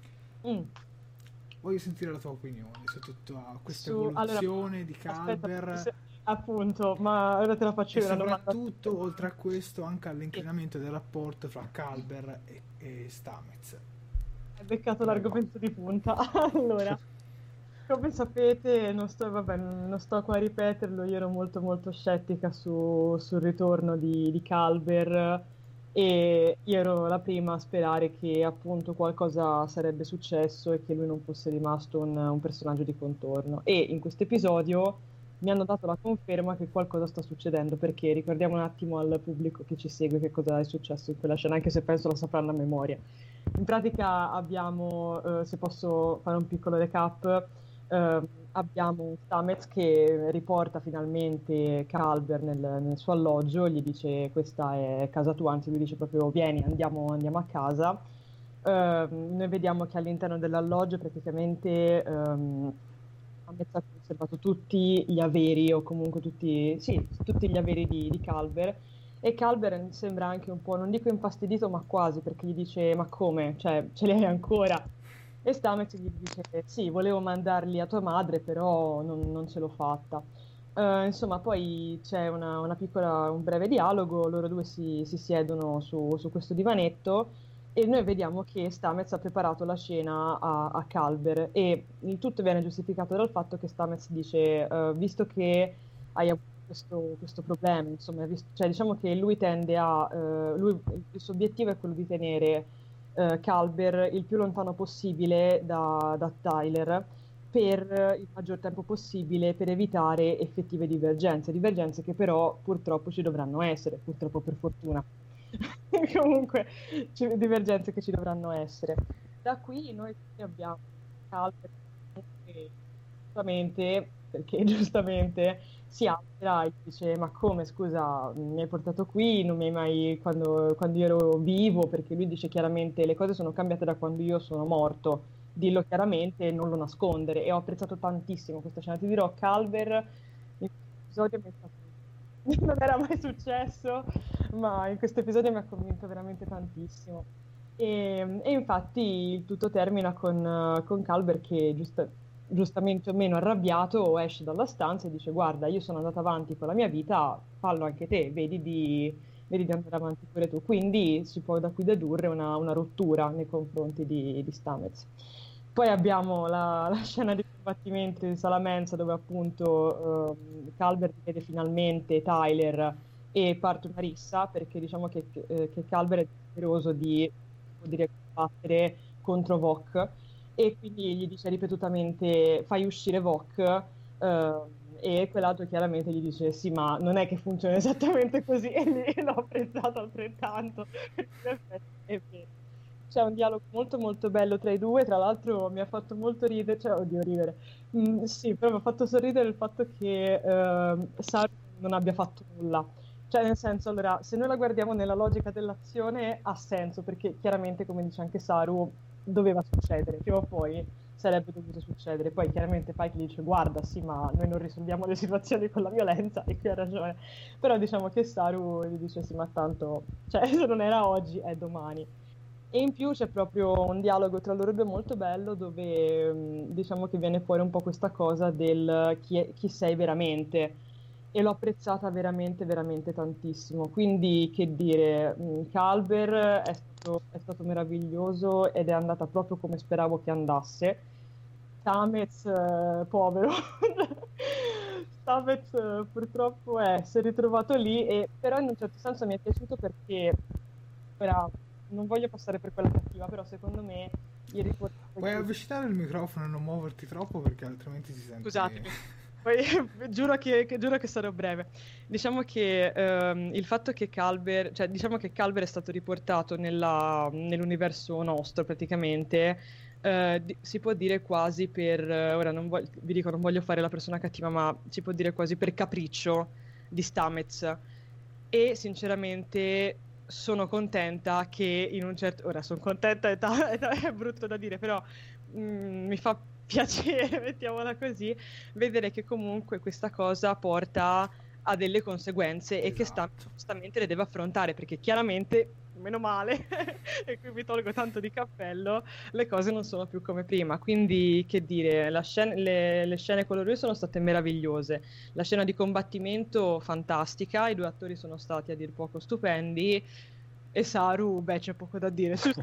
Voglio sentire la tua opinione su tutta questa evoluzione di Culber. Appunto, ma ora te la faccio e una domanda. soprattutto, oltre a questo, anche all'inclinamento del rapporto fra Culber e Stamets. Hai beccato l'argomento di punta. Allora, come sapete, non sto qua a ripeterlo, io ero molto molto scettica sul ritorno di Culber, e io ero la prima a sperare che appunto qualcosa sarebbe successo e che lui non fosse rimasto un personaggio di contorno. E in questo episodio mi hanno dato la conferma che qualcosa sta succedendo, perché ricordiamo un attimo al pubblico che ci segue che cosa è successo in quella scena, anche se penso la sapranno a memoria. In pratica abbiamo, se posso fare un piccolo recap, abbiamo Stamets che riporta finalmente Culber nel suo alloggio, gli dice questa è casa tua, anzi lui dice proprio vieni, andiamo a casa. Noi vediamo che all'interno dell'alloggio praticamente Stamets ha conservato tutti gli averi, o comunque tutti gli averi di Culber, e Culber sembra anche un po', non dico infastidito, ma quasi, perché gli dice ma come, cioè ce li hai ancora? E Stamets gli dice sì, volevo mandarli a tua madre, però non ce l'ho fatta. Insomma, poi c'è un breve dialogo, loro due si siedono su questo divanetto e noi vediamo che Stamets ha preparato la cena a Culber, e il tutto viene giustificato dal fatto che Stamets dice visto che hai avuto questo problema, insomma, cioè diciamo che lui tende il suo obiettivo è quello di tenere Culber il più lontano possibile da Tyler per il maggior tempo possibile, per evitare effettive divergenze che però purtroppo ci dovranno essere, purtroppo per fortuna. Comunque divergenze che ci dovranno essere. Da qui noi abbiamo Culber che giustamente si altera e dice ma come, scusa, mi hai portato qui, non mi hai mai, quando io ero vivo, perché lui dice chiaramente le cose sono cambiate da quando io sono morto, dillo chiaramente e non lo nascondere. E ho apprezzato tantissimo questa scena, ti dirò, Culber in questo episodio non era mai successo, ma in questo episodio mi ha convinto veramente tantissimo. E infatti il tutto termina con Culber che giustamente o meno arrabbiato esce dalla stanza e dice: guarda, io sono andata avanti con la mia vita, fallo anche te, vedi di andare avanti pure tu. Quindi si può da qui dedurre una rottura nei confronti di Stamets. Poi abbiamo la scena di combattimento di Salamenza, dove appunto Culber vede finalmente Tyler e parte una rissa, perché diciamo che Culber è desideroso di combattere contro Vok, e quindi gli dice ripetutamente: fai uscire Vok, e quell'altro chiaramente gli dice: sì, ma non è che funziona esattamente così. E lì l'ho apprezzato altrettanto, perché è vero. C'è un dialogo molto molto bello tra i due, tra l'altro mi ha fatto molto ridere, cioè oddio ridere, sì, però mi ha fatto sorridere il fatto che Saru non abbia fatto nulla. Cioè, nel senso, allora, se noi la guardiamo nella logica dell'azione ha senso, perché chiaramente, come dice anche Saru, doveva succedere, prima o poi sarebbe dovuto succedere. Poi chiaramente Pike gli dice: guarda, sì, ma noi non risolviamo le situazioni con la violenza, e qui ha ragione. Però diciamo che Saru gli dice: sì, ma tanto, cioè, se non era oggi è domani. E in più c'è proprio un dialogo tra loro due molto bello, dove diciamo che viene fuori un po' questa cosa del chi sei veramente, e l'ho apprezzata veramente veramente tantissimo. Quindi, che dire, Culber è stato meraviglioso ed è andata proprio come speravo che andasse. Stamets, povero Stamets purtroppo si è ritrovato lì, e però in un certo senso mi è piaciuto perché ora non voglio passare per quella cattiva, però secondo me il riportato... Puoi avvicinare il microfono e non muoverti troppo, perché altrimenti si sente... Scusatemi. Poi giuro che sarò breve. Diciamo che il fatto che Culber, cioè diciamo che Culber è stato riportato nell'universo nostro praticamente, si può dire quasi per, ora vi dico, non voglio fare la persona cattiva, ma si può dire quasi per capriccio di Stamets. E sinceramente sono contenta che in un certo... Ora sono contenta, è brutto da dire, però mi fa piacere, mettiamola così, vedere che comunque questa cosa porta a delle conseguenze, esatto, e che giustamente le deve affrontare, perché chiaramente, meno male, e qui mi tolgo tanto di cappello, le cose non sono più come prima. Quindi, che dire, le scene con loro sono state meravigliose, la scena di combattimento fantastica, i due attori sono stati a dir poco stupendi, e Saru, beh, c'è poco da dire su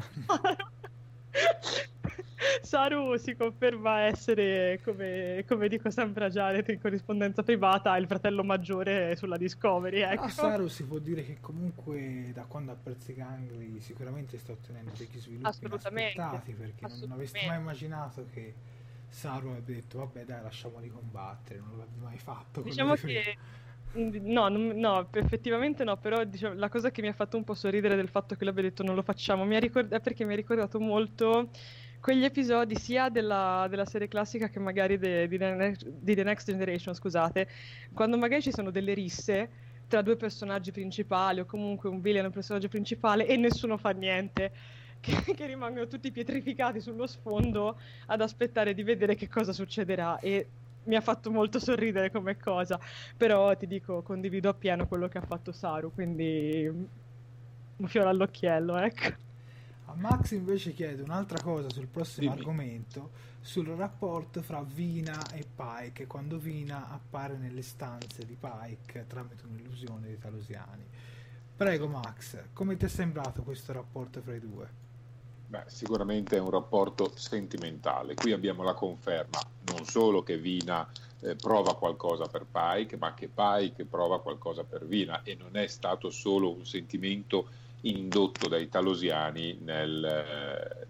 Saru si conferma essere, come dico sempre a Jared in corrispondenza privata, il fratello maggiore sulla Discovery, ecco. No, Saru si può dire che comunque da quando ha perso i gangli sicuramente sta ottenendo degli sviluppi inaspettati, perché non avresti mai immaginato che Saru abbia detto vabbè dai, lasciamoli combattere, non l'avrebbe mai fatto. Diciamo che no, effettivamente no, però diciamo, la cosa che mi ha fatto un po' sorridere del fatto che lui abbia detto non lo facciamo, è perché mi ha ricordato molto quegli episodi sia della serie classica che magari di The Next Generation, scusate, quando magari ci sono delle risse tra due personaggi principali, o comunque un villain e un personaggio principale, e nessuno fa niente, che rimangono tutti pietrificati sullo sfondo ad aspettare di vedere che cosa succederà. E mi ha fatto molto sorridere come cosa, però ti dico, condivido appieno quello che ha fatto Saru, quindi un fiore all'occhiello, ecco. A Max invece chiedo un'altra cosa sul prossimo argomento, sul rapporto fra Vina e Pike, quando Vina appare nelle stanze di Pike tramite un'illusione dei Talosiani. Prego Max, come ti è sembrato questo rapporto fra i due? Beh, sicuramente è un rapporto sentimentale. Qui abbiamo la conferma non solo che Vina prova qualcosa per Pike, ma che Pike prova qualcosa per Vina, e non è stato solo un sentimento indotto dai Talosiani nel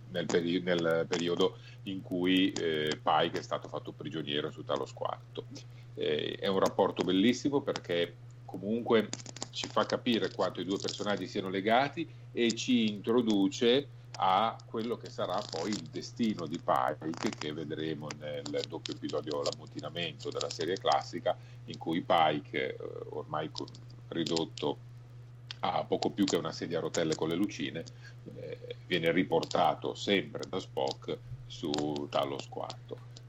periodo in cui Pike è stato fatto prigioniero su Talos IV. È un rapporto bellissimo, perché comunque ci fa capire quanto i due personaggi siano legati e ci introduce a quello che sarà poi il destino di Pike, che vedremo nel doppio episodio L'ammutinamento della serie classica, in cui Pike, ormai ridotto a poco più che una sedia a rotelle con le lucine, viene riportato sempre da Spock su Talos IV.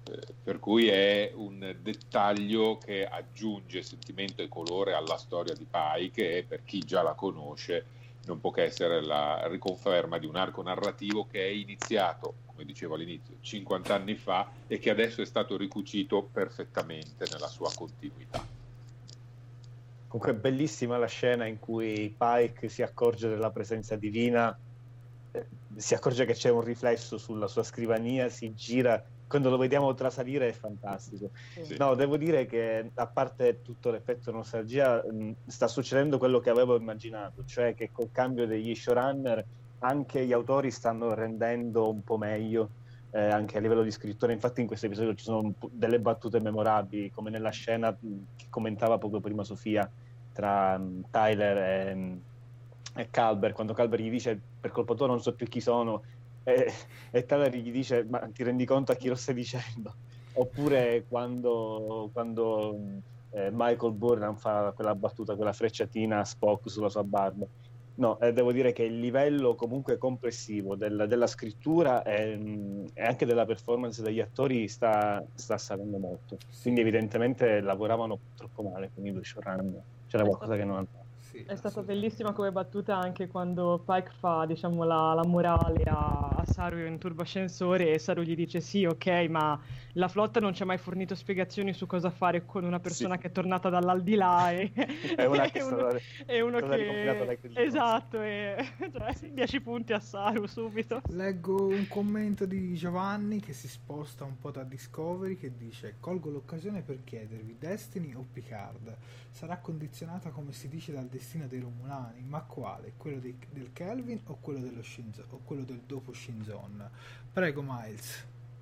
Per cui è un dettaglio che aggiunge sentimento e colore alla storia di Pike, e per chi già la conosce non può che essere la riconferma di un arco narrativo che è iniziato, come dicevo all'inizio, 50 anni fa, e che adesso è stato ricucito perfettamente nella sua continuità. Comunque è bellissima la scena in cui Pike si accorge della presenza divina, si accorge che c'è un riflesso sulla sua scrivania, si gira, quando lo vediamo trasalire è fantastico. Sì. No, devo dire che a parte tutto l'effetto nostalgia, sta succedendo quello che avevo immaginato, cioè che col cambio degli showrunner anche gli autori stanno rendendo un po' meglio, anche a livello di scrittura. Infatti in questo episodio ci sono delle battute memorabili, come nella scena che commentava poco prima Sofia tra Tyler e Culber, quando Culber gli dice per colpa tua non so più chi sono, e Tyler gli dice ma ti rendi conto a chi lo stai dicendo? Oppure quando Michael Burnham fa quella battuta, quella frecciatina a Spock sulla sua barba. No, devo dire che il livello comunque complessivo della scrittura e anche della performance degli attori sta salendo molto. Quindi evidentemente lavoravano troppo male con i due showrunner, c'era qualcosa che non andava. È stata bellissima come battuta anche quando Pike fa, diciamo, la morale a Saru in turbascensore, e Saru gli dice sì, ok, ma la flotta non ci ha mai fornito spiegazioni su cosa fare con una persona che è tornata dall'aldilà e è una che è uno che esatto, cioè, 10 punti a Saru subito. Leggo un commento di Giovanni che si sposta un po' da Discovery, che dice: colgo l'occasione per chiedervi, Destiny o Picard sarà condizionata, come si dice, dal destino dei Romulani, ma quale? Quello del Kelvin o quello dello quello del dopo Shinzon? Prego Miles.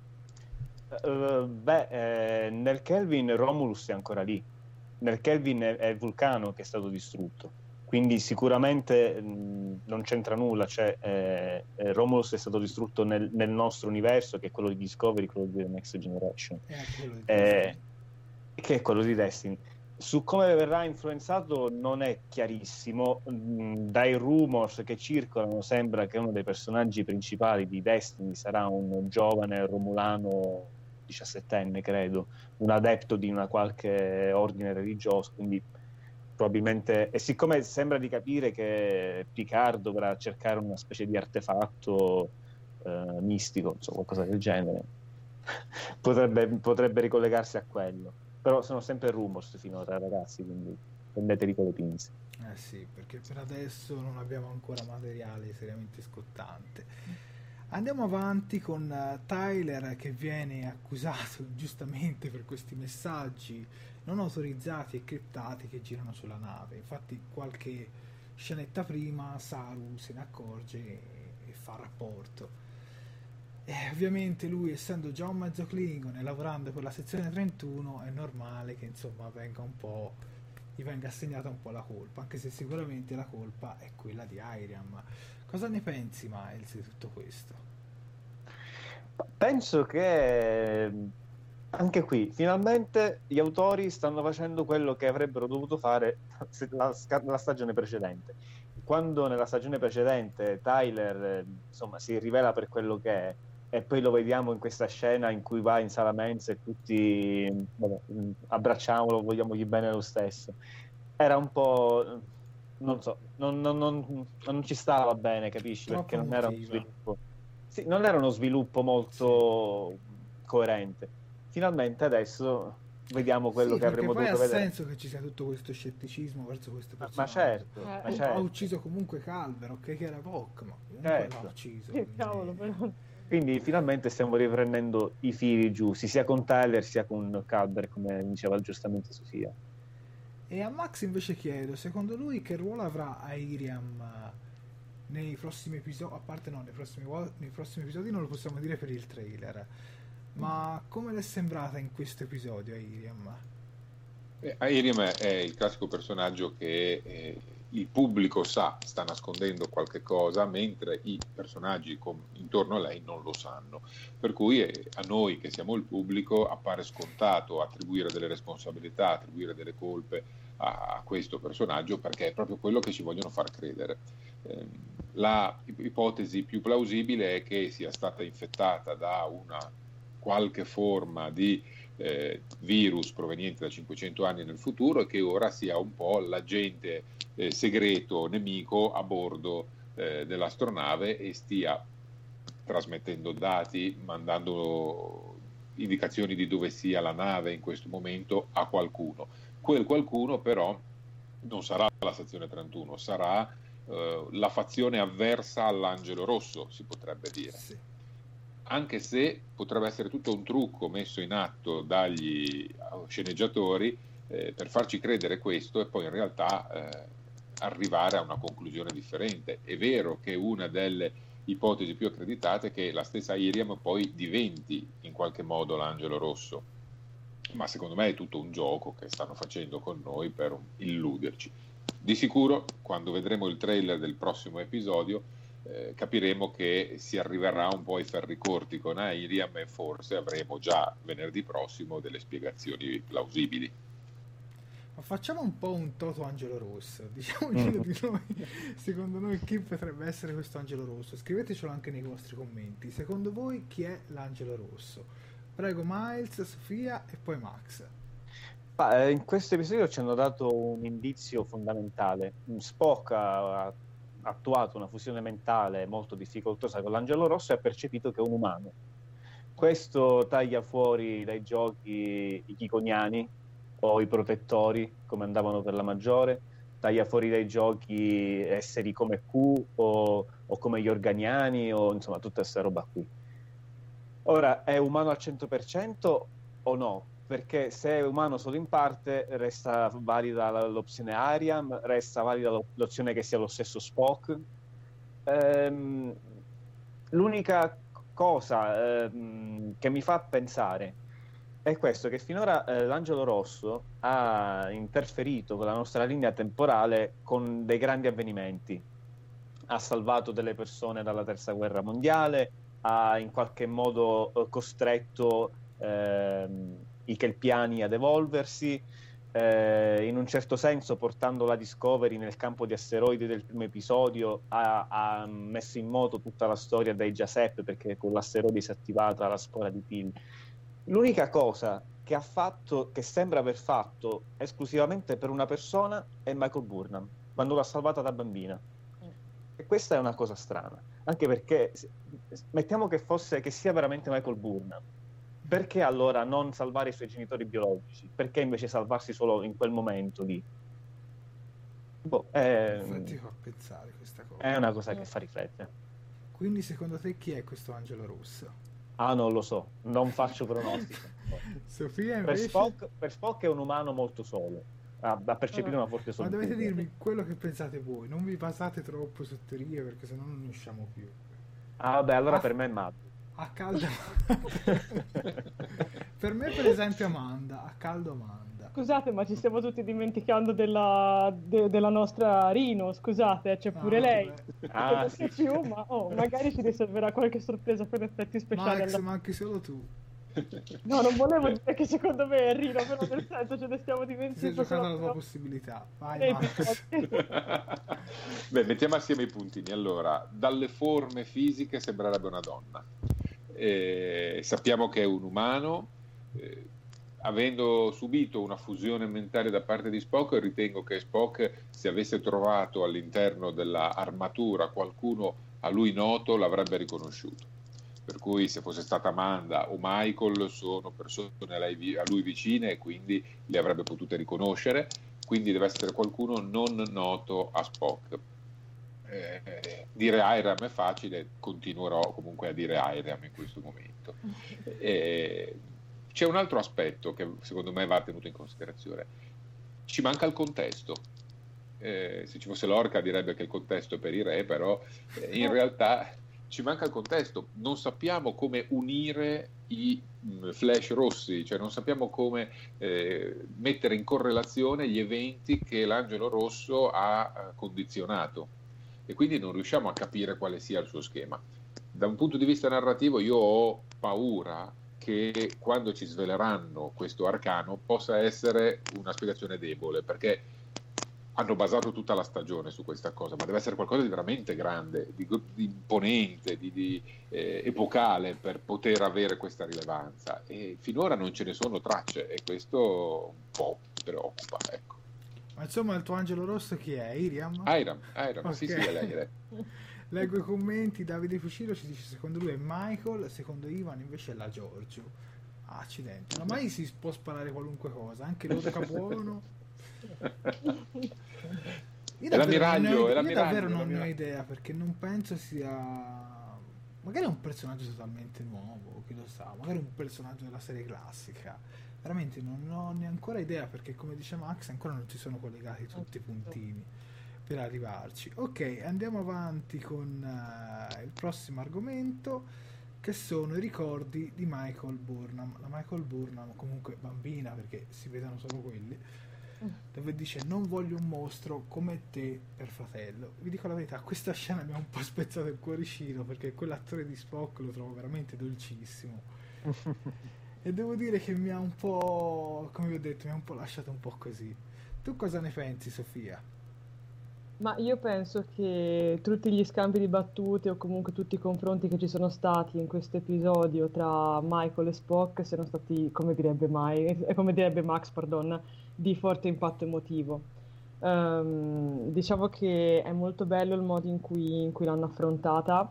Nel Kelvin Romulus è ancora lì, nel Kelvin è Vulcano che è stato distrutto, quindi sicuramente non c'entra nulla, cioè Romulus è stato distrutto nel nostro universo, che è quello di Discovery, quello di The Next Generation, che è quello di Destiny. Su come verrà influenzato non è chiarissimo. Dai rumors che circolano sembra che uno dei personaggi principali di Destiny sarà un giovane romulano 17enne, credo, un adepto di una qualche ordine religioso, quindi probabilmente, e siccome sembra di capire che Picard dovrà cercare una specie di artefatto mistico, insomma, qualcosa del genere, potrebbe ricollegarsi a quello. Però sono sempre rumors finora, ragazzi, quindi prendeteli con le pinze. Sì, perché per adesso non abbiamo ancora materiale seriamente scottante. Andiamo avanti con Tyler, che viene accusato giustamente per questi messaggi non autorizzati e criptati che girano sulla nave. Infatti qualche scenetta prima Saru se ne accorge e fa rapporto. Ovviamente lui, essendo già un mezzo Klingon e lavorando per la sezione 31, è normale che insomma gli venga assegnata un po' la colpa, anche se sicuramente la colpa è quella di Iriam. Cosa ne pensi, Miles, di tutto questo? Penso che anche qui finalmente gli autori stanno facendo quello che avrebbero dovuto fare la stagione precedente. Quando nella stagione precedente Tyler insomma si rivela per quello che è, e poi lo vediamo in questa scena in cui va in sala mensa e tutti abbracciamolo, vogliamogli bene lo stesso, era un po', non so, non ci stava bene, capisci? Troppo perché non era uno emotiva. sviluppo, non era uno sviluppo molto coerente. Finalmente adesso vediamo quello che avremmo dovuto vedere. Ha senso che ci sia tutto questo scetticismo verso questo personaggio. Ma certo. Ha ucciso comunque Culber, ok, che era Vogue, ma comunque l'ha ucciso. Cavolo, però. Quindi finalmente stiamo riprendendo i fili giusti, sia con Tyler sia con Culber, come diceva giustamente Sofia. E a Max invece chiedo, secondo lui che ruolo avrà Iriam nei prossimi episodi? A parte no, nei prossimi episodi non lo possiamo dire per il trailer, ma come le è sembrata in questo episodio Iriam? Iriam è il classico personaggio che il pubblico sta nascondendo qualche cosa, mentre i personaggi intorno a lei non lo sanno, per cui a noi che siamo il pubblico appare scontato attribuire delle responsabilità, attribuire delle colpe a questo personaggio, perché è proprio quello che ci vogliono far credere. La ipotesi più plausibile è che sia stata infettata da una qualche forma di virus proveniente da 500 anni nel futuro e che ora sia un po' l'agente segreto nemico a bordo dell'astronave e stia trasmettendo dati, mandando indicazioni di dove sia la nave in questo momento a qualcuno. Quel qualcuno però non sarà la sezione 31, sarà la fazione avversa all'Angelo Rosso, si potrebbe dire. Sì. Anche se potrebbe essere tutto un trucco messo in atto dagli sceneggiatori per farci credere questo e poi in realtà arrivare a una conclusione differente. È vero che una delle ipotesi più accreditate è che la stessa Iriam poi diventi in qualche modo l'Angelo Rosso, ma secondo me è tutto un gioco che stanno facendo con noi per illuderci. Di sicuro quando vedremo il trailer del prossimo episodio capiremo che si arriverà un po' ai ferri corti con Iriam e forse avremo già venerdì prossimo delle spiegazioni plausibili. Ma facciamo un po' un Toto Angelo Rosso, diciamocelo di noi. Secondo noi chi potrebbe essere questo Angelo Rosso? Scrivetecelo anche nei vostri commenti. Secondo voi chi è l'Angelo Rosso? Prego Miles, Sofia e poi Max. In questo episodio ci hanno dato un indizio fondamentale. Spock ha attuato una fusione mentale molto difficoltosa con l'Angelo Rosso e ha percepito che è un umano. Questo taglia fuori dai giochi i Chiconiani o i Protettori, come andavano per la maggiore, taglia fuori dai giochi esseri come Q o come gli Organiani o insomma tutta questa roba qui. Ora, è umano al 100% o no? Perché se è umano solo in parte resta valida l'opzione Iriam, resta valida l'opzione che sia lo stesso Spock. L'unica cosa che mi fa pensare è questo, che finora l'Angelo Rosso ha interferito con la nostra linea temporale con dei grandi avvenimenti. Ha salvato delle persone dalla terza guerra mondiale, ha in qualche modo costretto i Kelpiani ad evolversi, in un certo senso portando la Discovery nel campo di asteroidi del primo episodio ha messo in moto tutta la storia dei Giuseppe, perché con l'asteroide si è attivata la spora di Pil. L'unica cosa che ha fatto, che sembra aver fatto esclusivamente per una persona, è Michael Burnham, quando l'ha salvata da bambina. E questa è una cosa strana, anche perché mettiamo che sia veramente Michael Burnham. Perché allora non salvare i suoi genitori biologici? Perché invece salvarsi solo in quel momento lì? Infatti fa pensare questa cosa. È una cosa che fa riflettere. Quindi secondo te chi è questo Angelo Rosso? Non lo so, non faccio pronostico. Sofia invece... per Spock è un umano molto solo, ha percepito una forte solitudine. Ma dovete dirmi quello che pensate voi, non vi basate troppo su teorie perché sennò non ne usciamo più. Allora per me è Matt. A caldo per me per esempio Amanda, a caldo Amanda. Scusate, ma ci stiamo tutti dimenticando della nostra Rino, scusate, c'è pure lei. Non sì. più, ma magari ci riserverà qualche sorpresa per effetti speciali. Max, manchi solo tu. No, non volevo dire che secondo me è Rino, però nel senso ce ne stiamo dimenticando. Ti sei giocata la tua possibilità. Vai, Max. Beh, mettiamo assieme i puntini. Allora, dalle forme fisiche sembrerebbe una donna. Sappiamo che è un umano. Avendo subito una fusione mentale da parte di Spock, ritengo che Spock, se avesse trovato all'interno dell'armatura qualcuno a lui noto, l'avrebbe riconosciuto. Per cui se fosse stata Amanda o Michael sono persone a lui vicine e quindi le avrebbe potute riconoscere, quindi deve essere qualcuno non noto a Spock. Dire Hiram è facile, continuerò comunque a dire Hiram in questo momento. C'è un altro aspetto che secondo me va tenuto in considerazione: ci manca il contesto. Se ci fosse l'orca direbbe che il contesto è per i re, però in realtà ci manca il contesto, non sappiamo come unire i flash rossi, cioè non sappiamo come mettere in correlazione gli eventi che l'Angelo Rosso ha condizionato e quindi non riusciamo a capire quale sia il suo schema. Da un punto di vista narrativo io ho paura che quando ci sveleranno questo arcano possa essere una spiegazione debole, perché hanno basato tutta la stagione su questa cosa, ma deve essere qualcosa di veramente grande, di imponente, di epocale per poter avere questa rilevanza, e finora non ce ne sono tracce, e questo un po' preoccupa, ecco. Ma insomma, il tuo angelo rosso chi è? Iriam? Iram, Okay. sì, è lei. Leggo i commenti. Davide Fucilo ci dice secondo lui è Michael, secondo Ivan invece è la Giorgio. Accidenti, ormai si può sparare qualunque cosa, anche l'Otka buono. Io davvero non ne ho idea, perché non penso sia, magari è un personaggio totalmente nuovo, chi lo sa, magari un personaggio della serie classica, veramente non ho neanche ancora idea, perché come dice Max ancora non ci sono collegati tutti i puntini per arrivarci. Ok, andiamo avanti con il prossimo argomento, che sono i ricordi di Michael Burnham. La Michael Burnham, comunque bambina, perché si vedono solo quelli, dove dice: non voglio un mostro come te per fratello. Vi dico la verità, questa scena mi ha un po' spezzato il cuoricino, perché quell'attore di Spock lo trovo veramente dolcissimo e devo dire che mi ha un po', come vi ho detto, mi ha un po' lasciato un po' così. Tu cosa ne pensi, Sofia? Ma io penso che tutti gli scambi di battute o comunque tutti i confronti che ci sono stati in questo episodio tra Michael e Spock siano stati, come direbbe Max, pardon, di forte impatto emotivo. Diciamo che è molto bello il modo in cui l'hanno affrontata,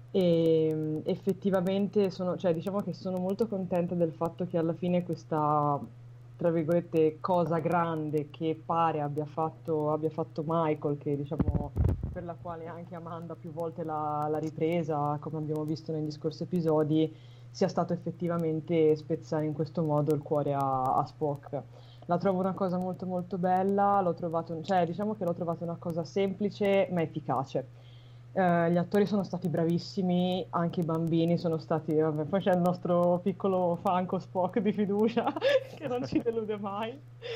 e effettivamente diciamo che sono molto contenta del fatto che alla fine questa, tra virgolette, cosa grande che pare abbia fatto Michael, che diciamo per la quale anche Amanda più volte l'ha ripresa, come abbiamo visto negli scorsi episodi, sia stato effettivamente spezzare in questo modo il cuore a Spock. La trovo una cosa molto molto bella, diciamo che l'ho trovata una cosa semplice ma efficace. Gli attori sono stati bravissimi, anche i bambini sono stati, vabbè, poi c'è il nostro piccolo Funko Spock di fiducia che non ci delude mai,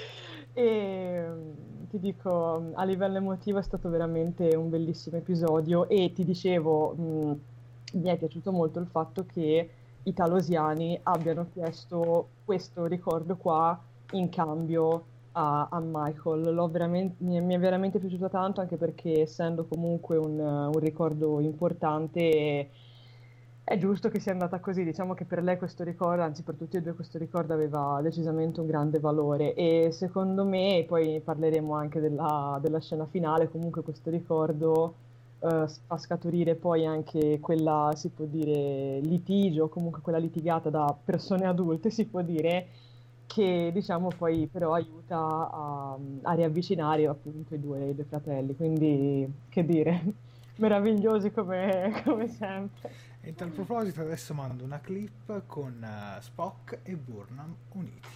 e ti dico, a livello emotivo è stato veramente un bellissimo episodio, e ti dicevo, mi è piaciuto molto il fatto che i talosiani abbiano chiesto questo ricordo qua in cambio a Michael. Mi è veramente piaciuto tanto, anche perché essendo comunque un ricordo importante è giusto che sia andata così. Diciamo che per lei questo ricordo, anzi per tutti e due questo ricordo aveva decisamente un grande valore, e secondo me, poi parleremo anche della scena finale, comunque questo ricordo fa scaturire poi anche quella, si può dire, litigio, comunque quella litigata da persone adulte, si può dire, che diciamo poi però aiuta a riavvicinare appunto i due fratelli, quindi che dire, meravigliosi come sempre. E in tal proposito adesso mando una clip con Spock e Burnham uniti.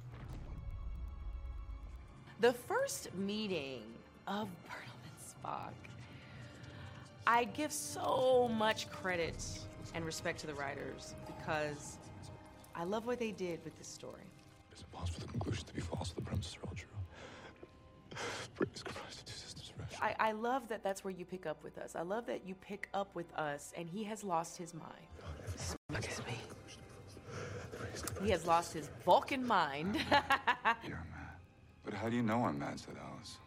The first meeting of Burnham and Spock, I give so much credit and respect to the writers, because I love what they did with this story. It's impossible for the conclusion to be false. The premises are all true. Praise Christ, the two systems rational. I love that that's where you pick up with us. I love that you pick up with us, and he has lost his mind. Look at me. He has lost his Vulcan mind. You're mad. But how do you know I'm mad, said Alice.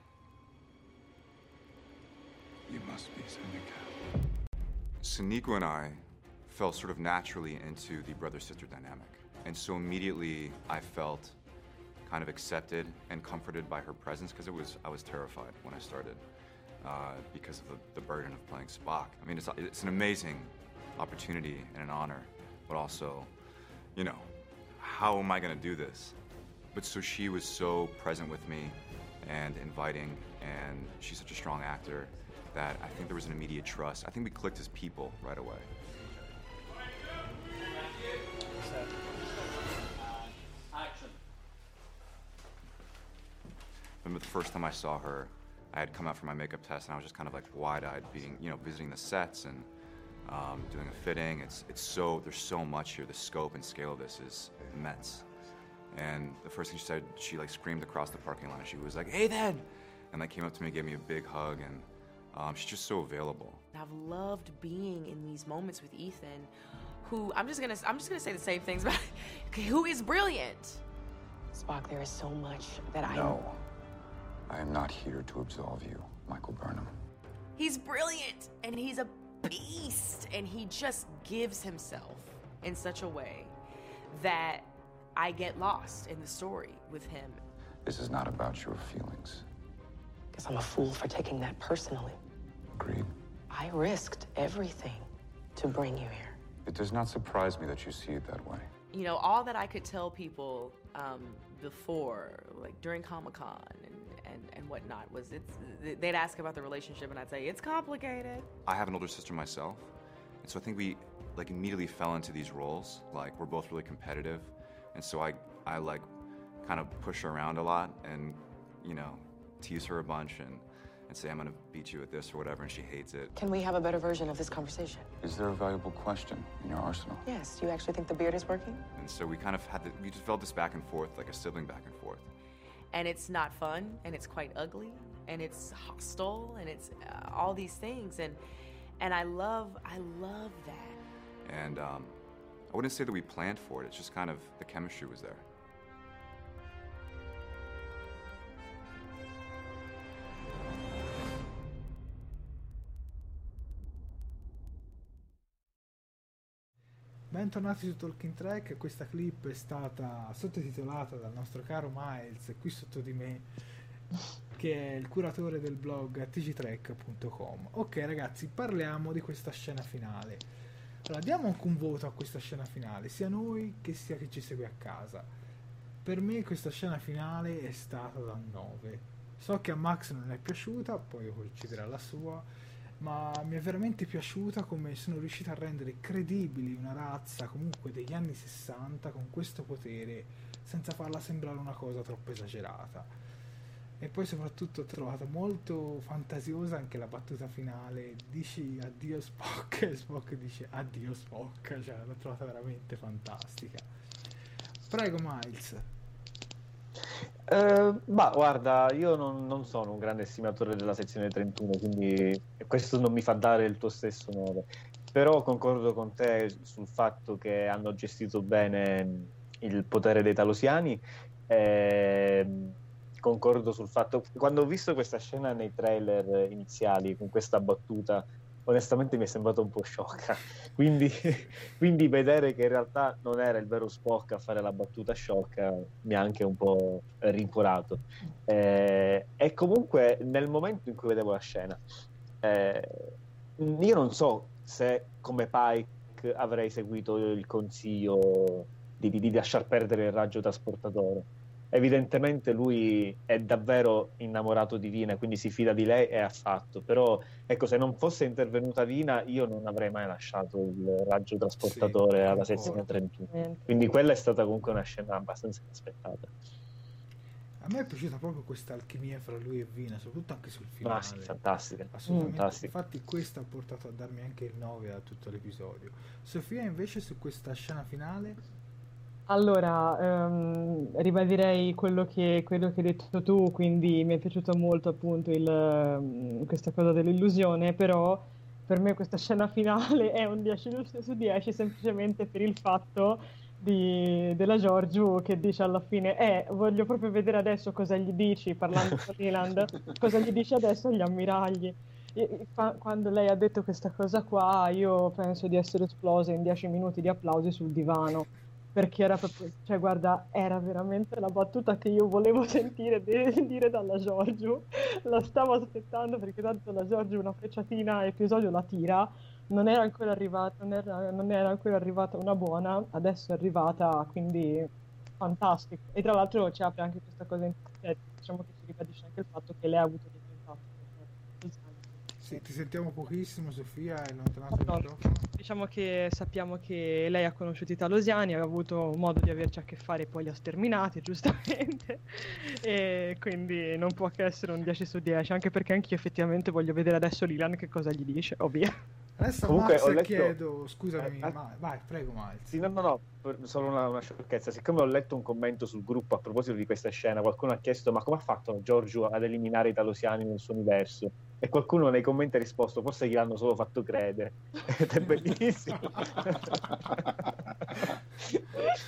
You must be Sonika. Sonequa and I fell sort of naturally into the brother-sister dynamic. And so immediately I felt kind of accepted and comforted by her presence, because I was terrified when I started because of the burden of playing Spock. I mean, it's an amazing opportunity and an honor, but also, you know, how am I going to do this? But so she was so present with me and inviting, and she's such a strong actor that I think there was an immediate trust. I think we clicked as people right away. I remember the first time I saw her, I had come out for my makeup test, and I was just kind of like wide-eyed, visiting the sets and doing a fitting. There's so much here. The scope and scale of this is immense. And the first thing she said, she like screamed across the parking lot, and she was like, "Hey, then!" And like came up to me, gave me a big hug, and she's just so available. I've loved being in these moments with Ethan, who I'm just gonna say the same things about, who is brilliant. Spock, there is so much that I No. I am not here to absolve you, Michael Burnham. He's brilliant, and he's a beast, and he just gives himself in such a way that I get lost in the story with him. This is not about your feelings. Guess I'm a fool for taking that personally. Agreed. I risked everything to bring you here. It does not surprise me that you see it that way. You know, all that I could tell people before, like during Comic-Con and whatnot, was they'd ask about the relationship and I'd say, it's complicated. I have an older sister myself, and so I think we like immediately fell into these roles. Like, we're both really competitive, and so I like kind of push her around a lot and, you know, tease her a bunch and say, I'm gonna beat you at this or whatever, and she hates it. Can we have a better version of this conversation? Is there a valuable question in your arsenal? Yes. Do you actually think the beard is working? And so we kind of we just felt this back and forth, like a sibling back and forth. And it's not fun, and it's quite ugly, and it's hostile, and it's all these things, and I love that. And I wouldn't say that we planned for it. It's just kind of the chemistry was there. Bentornati su Talking Track, questa clip è stata sottotitolata dal nostro caro Miles, qui sotto di me, che è il curatore del blog tgtrack.com. Ok ragazzi, parliamo di questa scena finale. Allora, diamo anche un voto a questa scena finale, sia noi che sia chi ci segue a casa. Per me questa scena finale è stata da un 9. So che a Max non è piaciuta, poi ci dirà la sua, ma mi è veramente piaciuta come sono riuscita a rendere credibili una razza comunque degli anni 60 con questo potere senza farla sembrare una cosa troppo esagerata. E poi soprattutto ho trovato molto fantasiosa anche la battuta finale, dici addio Spock e Spock dice addio Spock, cioè l'ho trovata veramente fantastica. Prego Miles. Ma guarda, io non sono un grande estimatore della sezione 31, quindi questo non mi fa dare il tuo stesso 9, però concordo con te sul fatto che hanno gestito bene il potere dei Talosiani. Concordo sul fatto, quando ho visto questa scena nei trailer iniziali con questa battuta, onestamente mi è sembrato un po' sciocca, quindi vedere che in realtà non era il vero Spock a fare la battuta sciocca mi ha anche un po' rincuorato. E comunque nel momento in cui vedevo la scena, io non so se come Pike avrei seguito il consiglio di lasciar perdere il raggio trasportatore. Evidentemente lui è davvero innamorato di Vina, quindi si fida di lei e ha fatto. Però ecco, se non fosse intervenuta Vina io non avrei mai lasciato il raggio trasportatore alla sezione 31. Quindi quella è stata comunque una scena abbastanza inaspettata. A me è piaciuta proprio questa alchimia fra lui e Vina, soprattutto anche sul finale. Ah, sì, fantastica. Assolutamente. Fantastica. Infatti questo ha portato a darmi anche il 9 a tutto l'episodio. Sofia invece su questa scena finale? Allora, ribadirei quello che hai detto tu, quindi mi è piaciuto molto appunto questa cosa dell'illusione, però per me questa scena finale è un 10 su 10 semplicemente per il fatto della Georgiou che dice alla fine voglio proprio vedere adesso cosa gli dici, parlando con Leland, cosa gli dici adesso agli ammiragli. Quando lei ha detto questa cosa qua io penso di essere esplosa in 10 minuti di applausi sul divano. Perché era proprio, cioè guarda, era veramente la battuta che io volevo sentire dire dalla Georgiou. La stavo aspettando perché tanto la Georgiou una frecciatina a episodio la tira, non era ancora arrivata una buona, adesso è arrivata, quindi fantastico. E tra l'altro ci apre anche questa cosa, diciamo che si ribadisce anche il fatto che lei ha avuto dei impatti. Sì, ti sentiamo pochissimo Sofia, è allontanato il microfono. Diciamo che sappiamo che lei ha conosciuto i Talosiani, ha avuto modo di averci a che fare, poi li ha sterminati giustamente, e quindi non può che essere un 10 su 10, anche perché anch'io effettivamente voglio vedere adesso Leland che cosa gli dice, ovvio. Adesso comunque Max chiedo, scusami, vai, prego Miles. Sì, no, solo una sciocchezza. Siccome ho letto un commento sul gruppo a proposito di questa scena, qualcuno ha chiesto ma come ha fatto Georgiou ad eliminare i Talosiani nel suo universo? E qualcuno nei commenti ha risposto forse gliel'hanno solo fatto credere. Ed è bellissimo.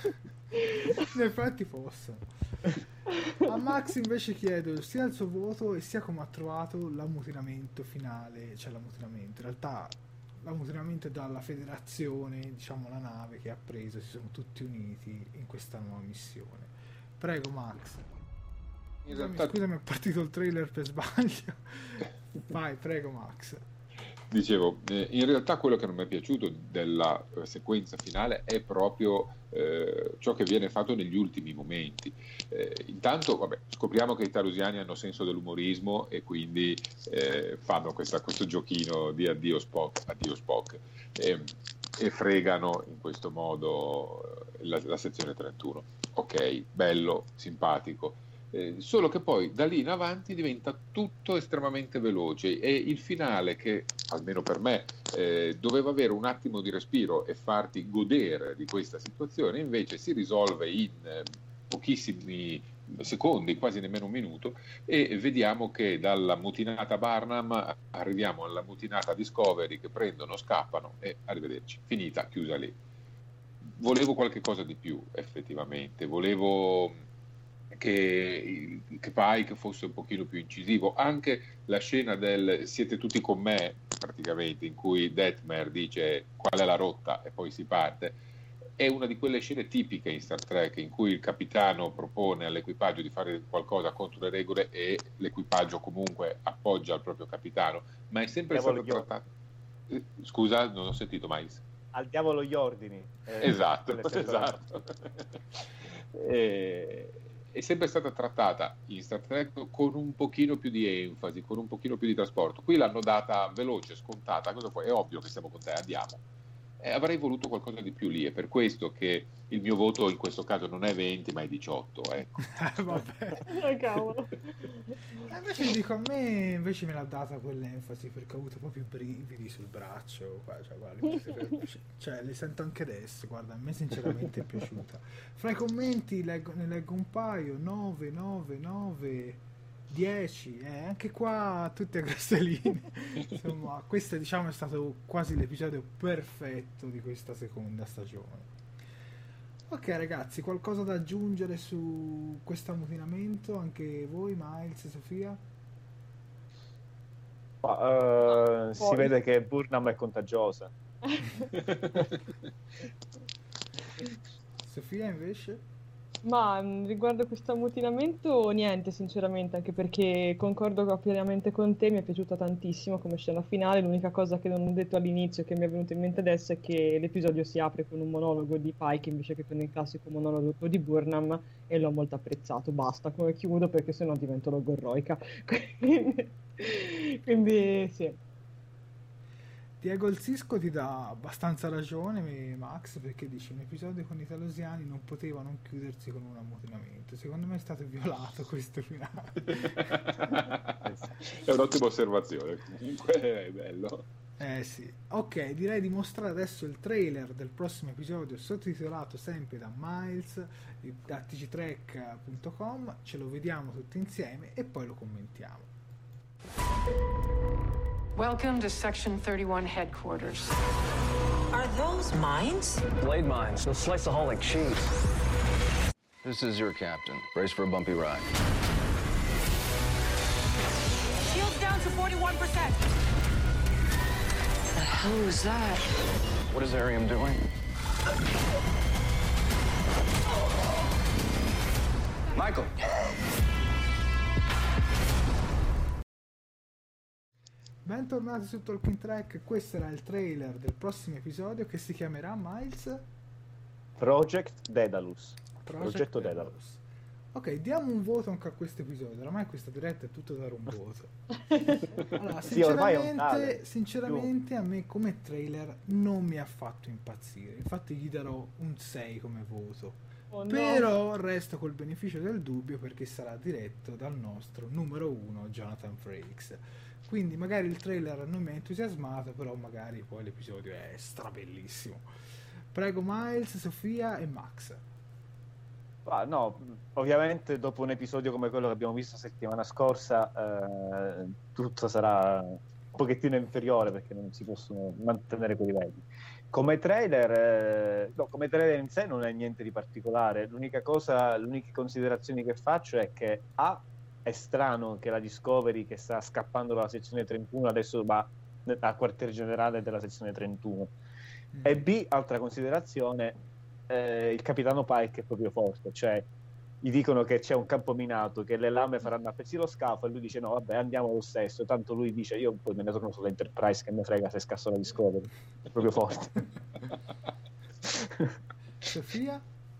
In effetti possono. A Max invece chiedo sia il suo voto e sia come ha trovato l'ammutinamento finale, cioè l'ammutinamento, in realtà l'ammutinamento è dalla federazione, diciamo la nave che ha preso, si sono tutti uniti in questa nuova missione. Prego Max. Scusami, è partito il trailer per sbaglio. Vai, prego Max. Dicevo, in realtà quello che non mi è piaciuto della sequenza finale è proprio ciò che viene fatto negli ultimi momenti. Intanto, vabbè, scopriamo che i talusiani hanno senso dell'umorismo e quindi fanno questo giochino di addio Spock, e fregano in questo modo la sezione 31. Ok, bello, simpatico. Solo che poi da lì in avanti diventa tutto estremamente veloce e il finale, che almeno per me doveva avere un attimo di respiro e farti godere di questa situazione, invece si risolve in pochissimi secondi, quasi nemmeno un minuto, e vediamo che dalla mutinata Barnum arriviamo alla mutinata Discovery, che prendono, scappano e arrivederci, finita, chiusa lì. Volevo qualche cosa di più, effettivamente, volevo che Pike fosse un pochino più incisivo. Anche la scena del siete tutti con me, praticamente, in cui Detmer dice qual è la rotta e poi si parte, è una di quelle scene tipiche in Star Trek in cui il capitano propone all'equipaggio di fare qualcosa contro le regole e l'equipaggio comunque appoggia il proprio capitano, ma è sempre stato trattato. Scusa, non ho sentito Miles. Al diavolo gli ordini. Esatto. È sempre stata trattata in Star Trek con un pochino più di enfasi, con un pochino più di trasporto. Qui l'hanno data veloce, scontata. Cosa puoi? È ovvio che siamo con te, andiamo. Avrei voluto qualcosa di più lì, è per questo che il mio voto in questo caso non è 20 ma è 18, ecco. Vabbè. Cavolo. Invece dico, a me invece me l'ha data quell'enfasi perché ho avuto proprio i brividi sul braccio, cioè le sento anche adesso, guarda, a me sinceramente è piaciuta. Fra i commenti ne leggo un paio, 9, 10, anche qua tutte queste linee. Insomma, questo diciamo è stato quasi l'episodio perfetto di questa seconda stagione. Ok ragazzi, qualcosa da aggiungere su questo ammutinamento? Anche voi, Miles, Sofia? Si vede che Burnham è contagiosa. Sofia invece? Ma riguardo questo ammutinamento niente sinceramente, anche perché concordo pienamente con te, mi è piaciuta tantissimo come scena finale. L'unica cosa che non ho detto all'inizio che mi è venuta in mente adesso è che l'episodio si apre con un monologo di Pike invece che con il classico monologo di Burnham e l'ho molto apprezzato. Basta, come chiudo perché sennò divento logorroica. Quindi sì. Diego il Cisco ti dà abbastanza ragione, Max, perché dice un episodio con i talosiani non poteva non chiudersi con un ammutinamento. Secondo me è stato violato questo finale. È un'ottima osservazione, comunque è bello. Sì. Ok, direi di mostrare adesso il trailer del prossimo episodio, sottotitolato sempre da Miles, da tgtrek.com. Ce lo vediamo tutti insieme e poi lo commentiamo. Welcome to Section 31 headquarters. Are those mines? Blade mines. They'll slice the hull like cheese. This is your captain. Brace for a bumpy ride. Shields down to 41%. The hell was that? What is Arium doing? Michael. Bentornati su Talking Track, questo era il trailer del prossimo episodio che si chiamerà Miles Project Daedalus. Progetto Daedalus. Ok, diamo un voto anche a questo episodio. Oramai questa diretta è tutto dare un voto. Allora, sinceramente a me come trailer non mi ha fatto impazzire. Infatti gli darò un 6 come voto. Però resto col beneficio del dubbio perché sarà diretto dal nostro numero 1 Jonathan Frakes. Quindi magari il trailer non mi ha entusiasmato, però magari poi l'episodio è strabellissimo. Prego Miles, Sofia e Max. No, ovviamente dopo un episodio come quello che abbiamo visto settimana scorsa tutto sarà un pochettino inferiore perché non si possono mantenere quei livelli. Come trailer in sé non è niente di particolare. L'unica considerazione che faccio è che è strano che la Discovery, che sta scappando dalla sezione 31, adesso va al quartier generale della sezione 31. E B, altra considerazione, il capitano Pike è proprio forte, cioè gli dicono che c'è un campo minato, che le lame faranno a pezzi lo scafo, e lui dice no vabbè, andiamo lo stesso, tanto lui dice io poi me ne torno sull'Enterprise, che mi frega se scasso la Discovery. È proprio forte. Sofia?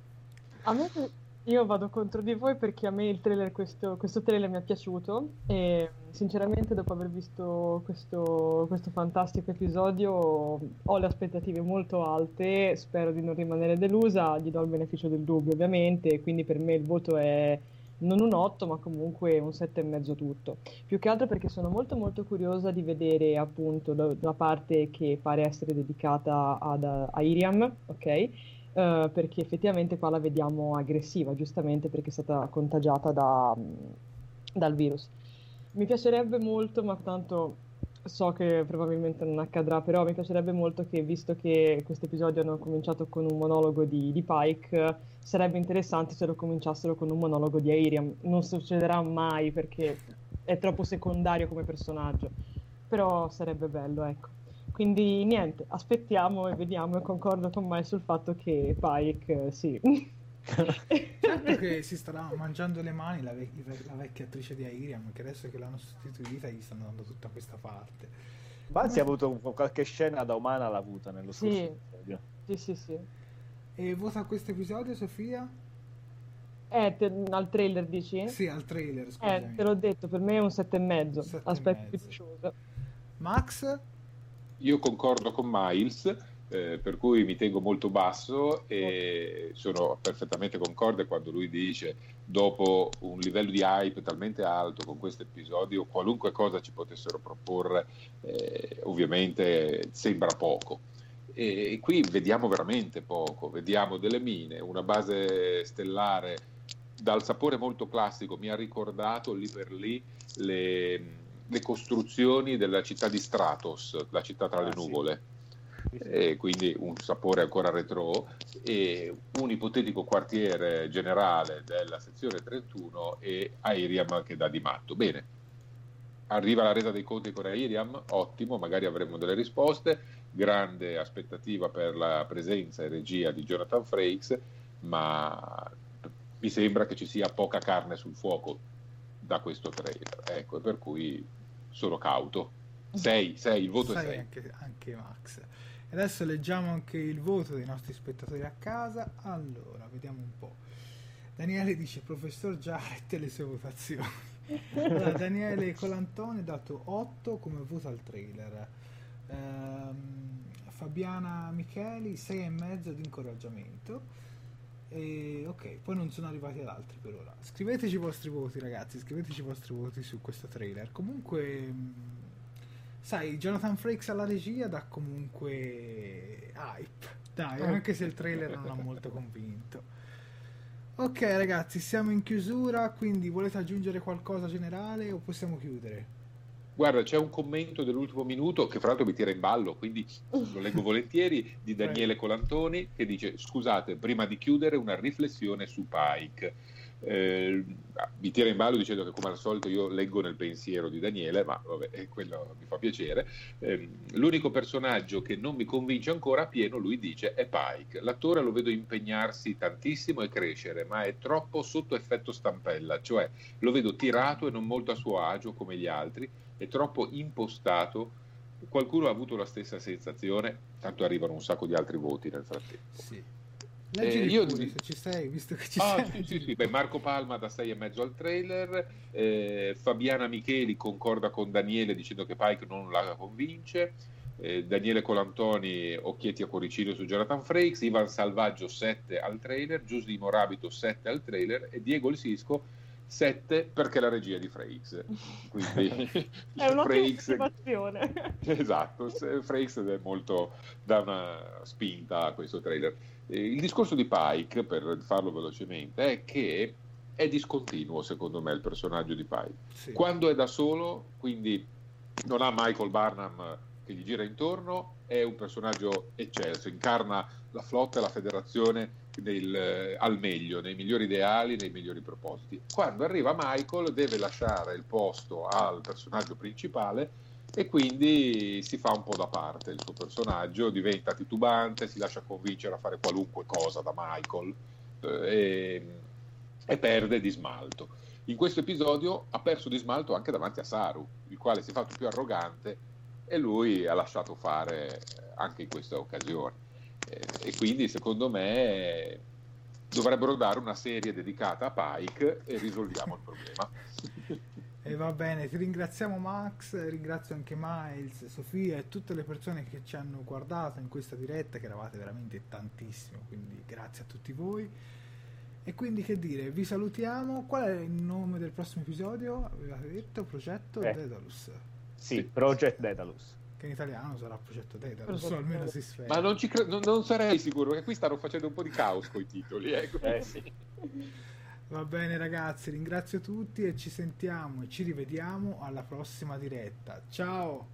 Io vado contro di voi perché a me il trailer, questo trailer mi è piaciuto, e sinceramente dopo aver visto questo fantastico episodio ho le aspettative molto alte, spero di non rimanere delusa, gli do il beneficio del dubbio ovviamente, quindi per me il voto è non un 8 ma comunque un 7,5 tutto, più che altro perché sono molto molto curiosa di vedere appunto la parte che pare essere dedicata a Iriam, ok? Perché effettivamente qua la vediamo aggressiva, giustamente perché è stata contagiata dal virus. Mi piacerebbe molto, ma tanto so che probabilmente non accadrà, però mi piacerebbe molto che, visto che questo episodio hanno cominciato con un monologo di Pike, sarebbe interessante se lo cominciassero con un monologo di Iriam. Non succederà mai perché è troppo secondario come personaggio, però sarebbe bello, ecco. Quindi niente, aspettiamo e vediamo, e concordo con me sul fatto che Pike sì. Certo che si starà mangiando le mani la vecchia attrice di Iriam, che adesso che l'hanno sostituita gli stanno dando tutta questa parte. Anzi, ha avuto qualche scena da umana, l'ha avuta nello scorso episodio. Sì. E vota questo episodio, Sofia? Al trailer dici? Sì, al trailer, scusami. Te l'ho detto, per me è un 7,5. Aspetto fiducioso. Max? Io concordo con Miles, per cui mi tengo molto basso e sono perfettamente concorde quando lui dice dopo un livello di hype talmente alto con questo episodio, qualunque cosa ci potessero proporre ovviamente sembra poco. E qui vediamo veramente poco, vediamo delle mine, una base stellare dal sapore molto classico, mi ha ricordato lì per lì le costruzioni della città di Stratos, la città tra le nuvole, e quindi un sapore ancora retro, e un ipotetico quartiere generale della sezione 31 e Iriam che dà di matto. Bene, arriva la resa dei conti con Iriam, ottimo, magari avremo delle risposte, grande aspettativa per la presenza e regia di Jonathan Frakes, ma mi sembra che ci sia poca carne sul fuoco da questo trailer, ecco, e per cui sono cauto. 6, il voto è 6. Anche Max. E adesso leggiamo anche il voto dei nostri spettatori a casa. Allora, vediamo un po'. Daniele dice professor Jared e le sue votazioni. Allora, Daniele Colantone ha dato 8 come voto al trailer. Fabiana Micheli 6,5 di incoraggiamento. E ok, poi non sono arrivati ad altri per ora. Scriveteci i vostri voti, ragazzi, scriveteci i vostri voti su questo trailer. Comunque, sai, Jonathan Frakes alla regia dà comunque hype, dai, anche se il trailer non ha molto convinto. Ok ragazzi, siamo in chiusura, quindi volete aggiungere qualcosa generale o possiamo chiudere? Guarda, c'è un commento dell'ultimo minuto che fra l'altro mi tira in ballo, quindi lo leggo volentieri, di Daniele Colantoni, che dice: scusate, prima di chiudere una riflessione su Pike. Mi tira in ballo dicendo che come al solito io leggo nel pensiero di Daniele, ma vabbè, quello mi fa piacere. L'unico personaggio che non mi convince ancora a pieno, lui dice, è Pike. L'attore lo vedo impegnarsi tantissimo e crescere, ma è troppo sotto effetto stampella, cioè lo vedo tirato e non molto a suo agio come gli altri, è troppo impostato. Qualcuno ha avuto la stessa sensazione, tanto arrivano un sacco di altri voti nel frattempo. Sì. Io se ci sei, visto che ci sei. Sì. Beh, Marco Palma da 6,5 al trailer, Fabiana Micheli concorda con Daniele dicendo che Pike non la convince, Daniele Colantoni occhietti a cuoricino su Jonathan Frakes, Ivan Salvaggio 7 al trailer, Giusy Morabito 7 al trailer e Diego Il Sisco 7 perché la regia di Frakes, quindi è un'ottima. Esatto, Frakes è molto, dà una spinta a questo trailer. Il discorso di Pike, per farlo velocemente, è che è discontinuo secondo me il personaggio di Pike. Sì. Quando è da solo, quindi non ha Michael Burnham che gli gira intorno è un personaggio eccelso, incarna la flotta e la federazione al meglio, nei migliori ideali, nei migliori propositi. Quando arriva Michael deve lasciare il posto al personaggio principale e quindi si fa un po' da parte. Il suo personaggio diventa titubante, si lascia convincere a fare qualunque cosa da Michael e perde di smalto. In questo episodio ha perso di smalto anche davanti a Saru, il quale si è fatto più arrogante e lui ha lasciato fare anche in questa occasione. E quindi secondo me dovrebbero dare una serie dedicata a Pike e risolviamo il problema. E va bene, ti ringraziamo Max, ringrazio anche Miles, Sofia e tutte le persone che ci hanno guardato in questa diretta, che eravate veramente tantissimo, quindi grazie a tutti voi. E quindi che dire, vi salutiamo. Qual è il nome del prossimo episodio? Avevate detto Progetto Daedalus. Sì, Project Daedalus. Che in italiano sarà Progetto Daedalus, o almeno si sfera. Ma non sarei sicuro, perché qui stanno facendo un po' di caos con i titoli. Sì. Va bene ragazzi, ringrazio tutti e ci sentiamo e ci rivediamo alla prossima diretta. Ciao!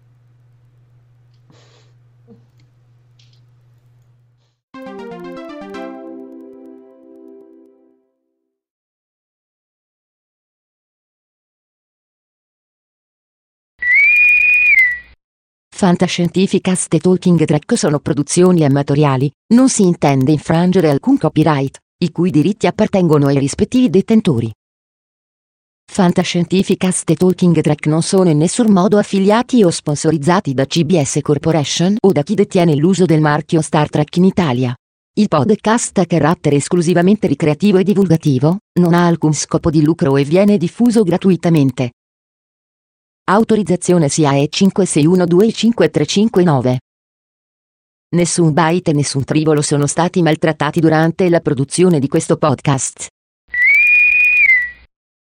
Fantascientificast e Talking Track sono produzioni amatoriali, non si intende infrangere alcun copyright, i cui diritti appartengono ai rispettivi detentori. Fantascientificast e Talking Track non sono in nessun modo affiliati o sponsorizzati da CBS Corporation o da chi detiene l'uso del marchio Star Trek in Italia. Il podcast ha carattere esclusivamente ricreativo e divulgativo, non ha alcun scopo di lucro e viene diffuso gratuitamente. Autorizzazione SIAE 56125359. Nessun byte e nessun tribolo sono stati maltrattati durante la produzione di questo podcast.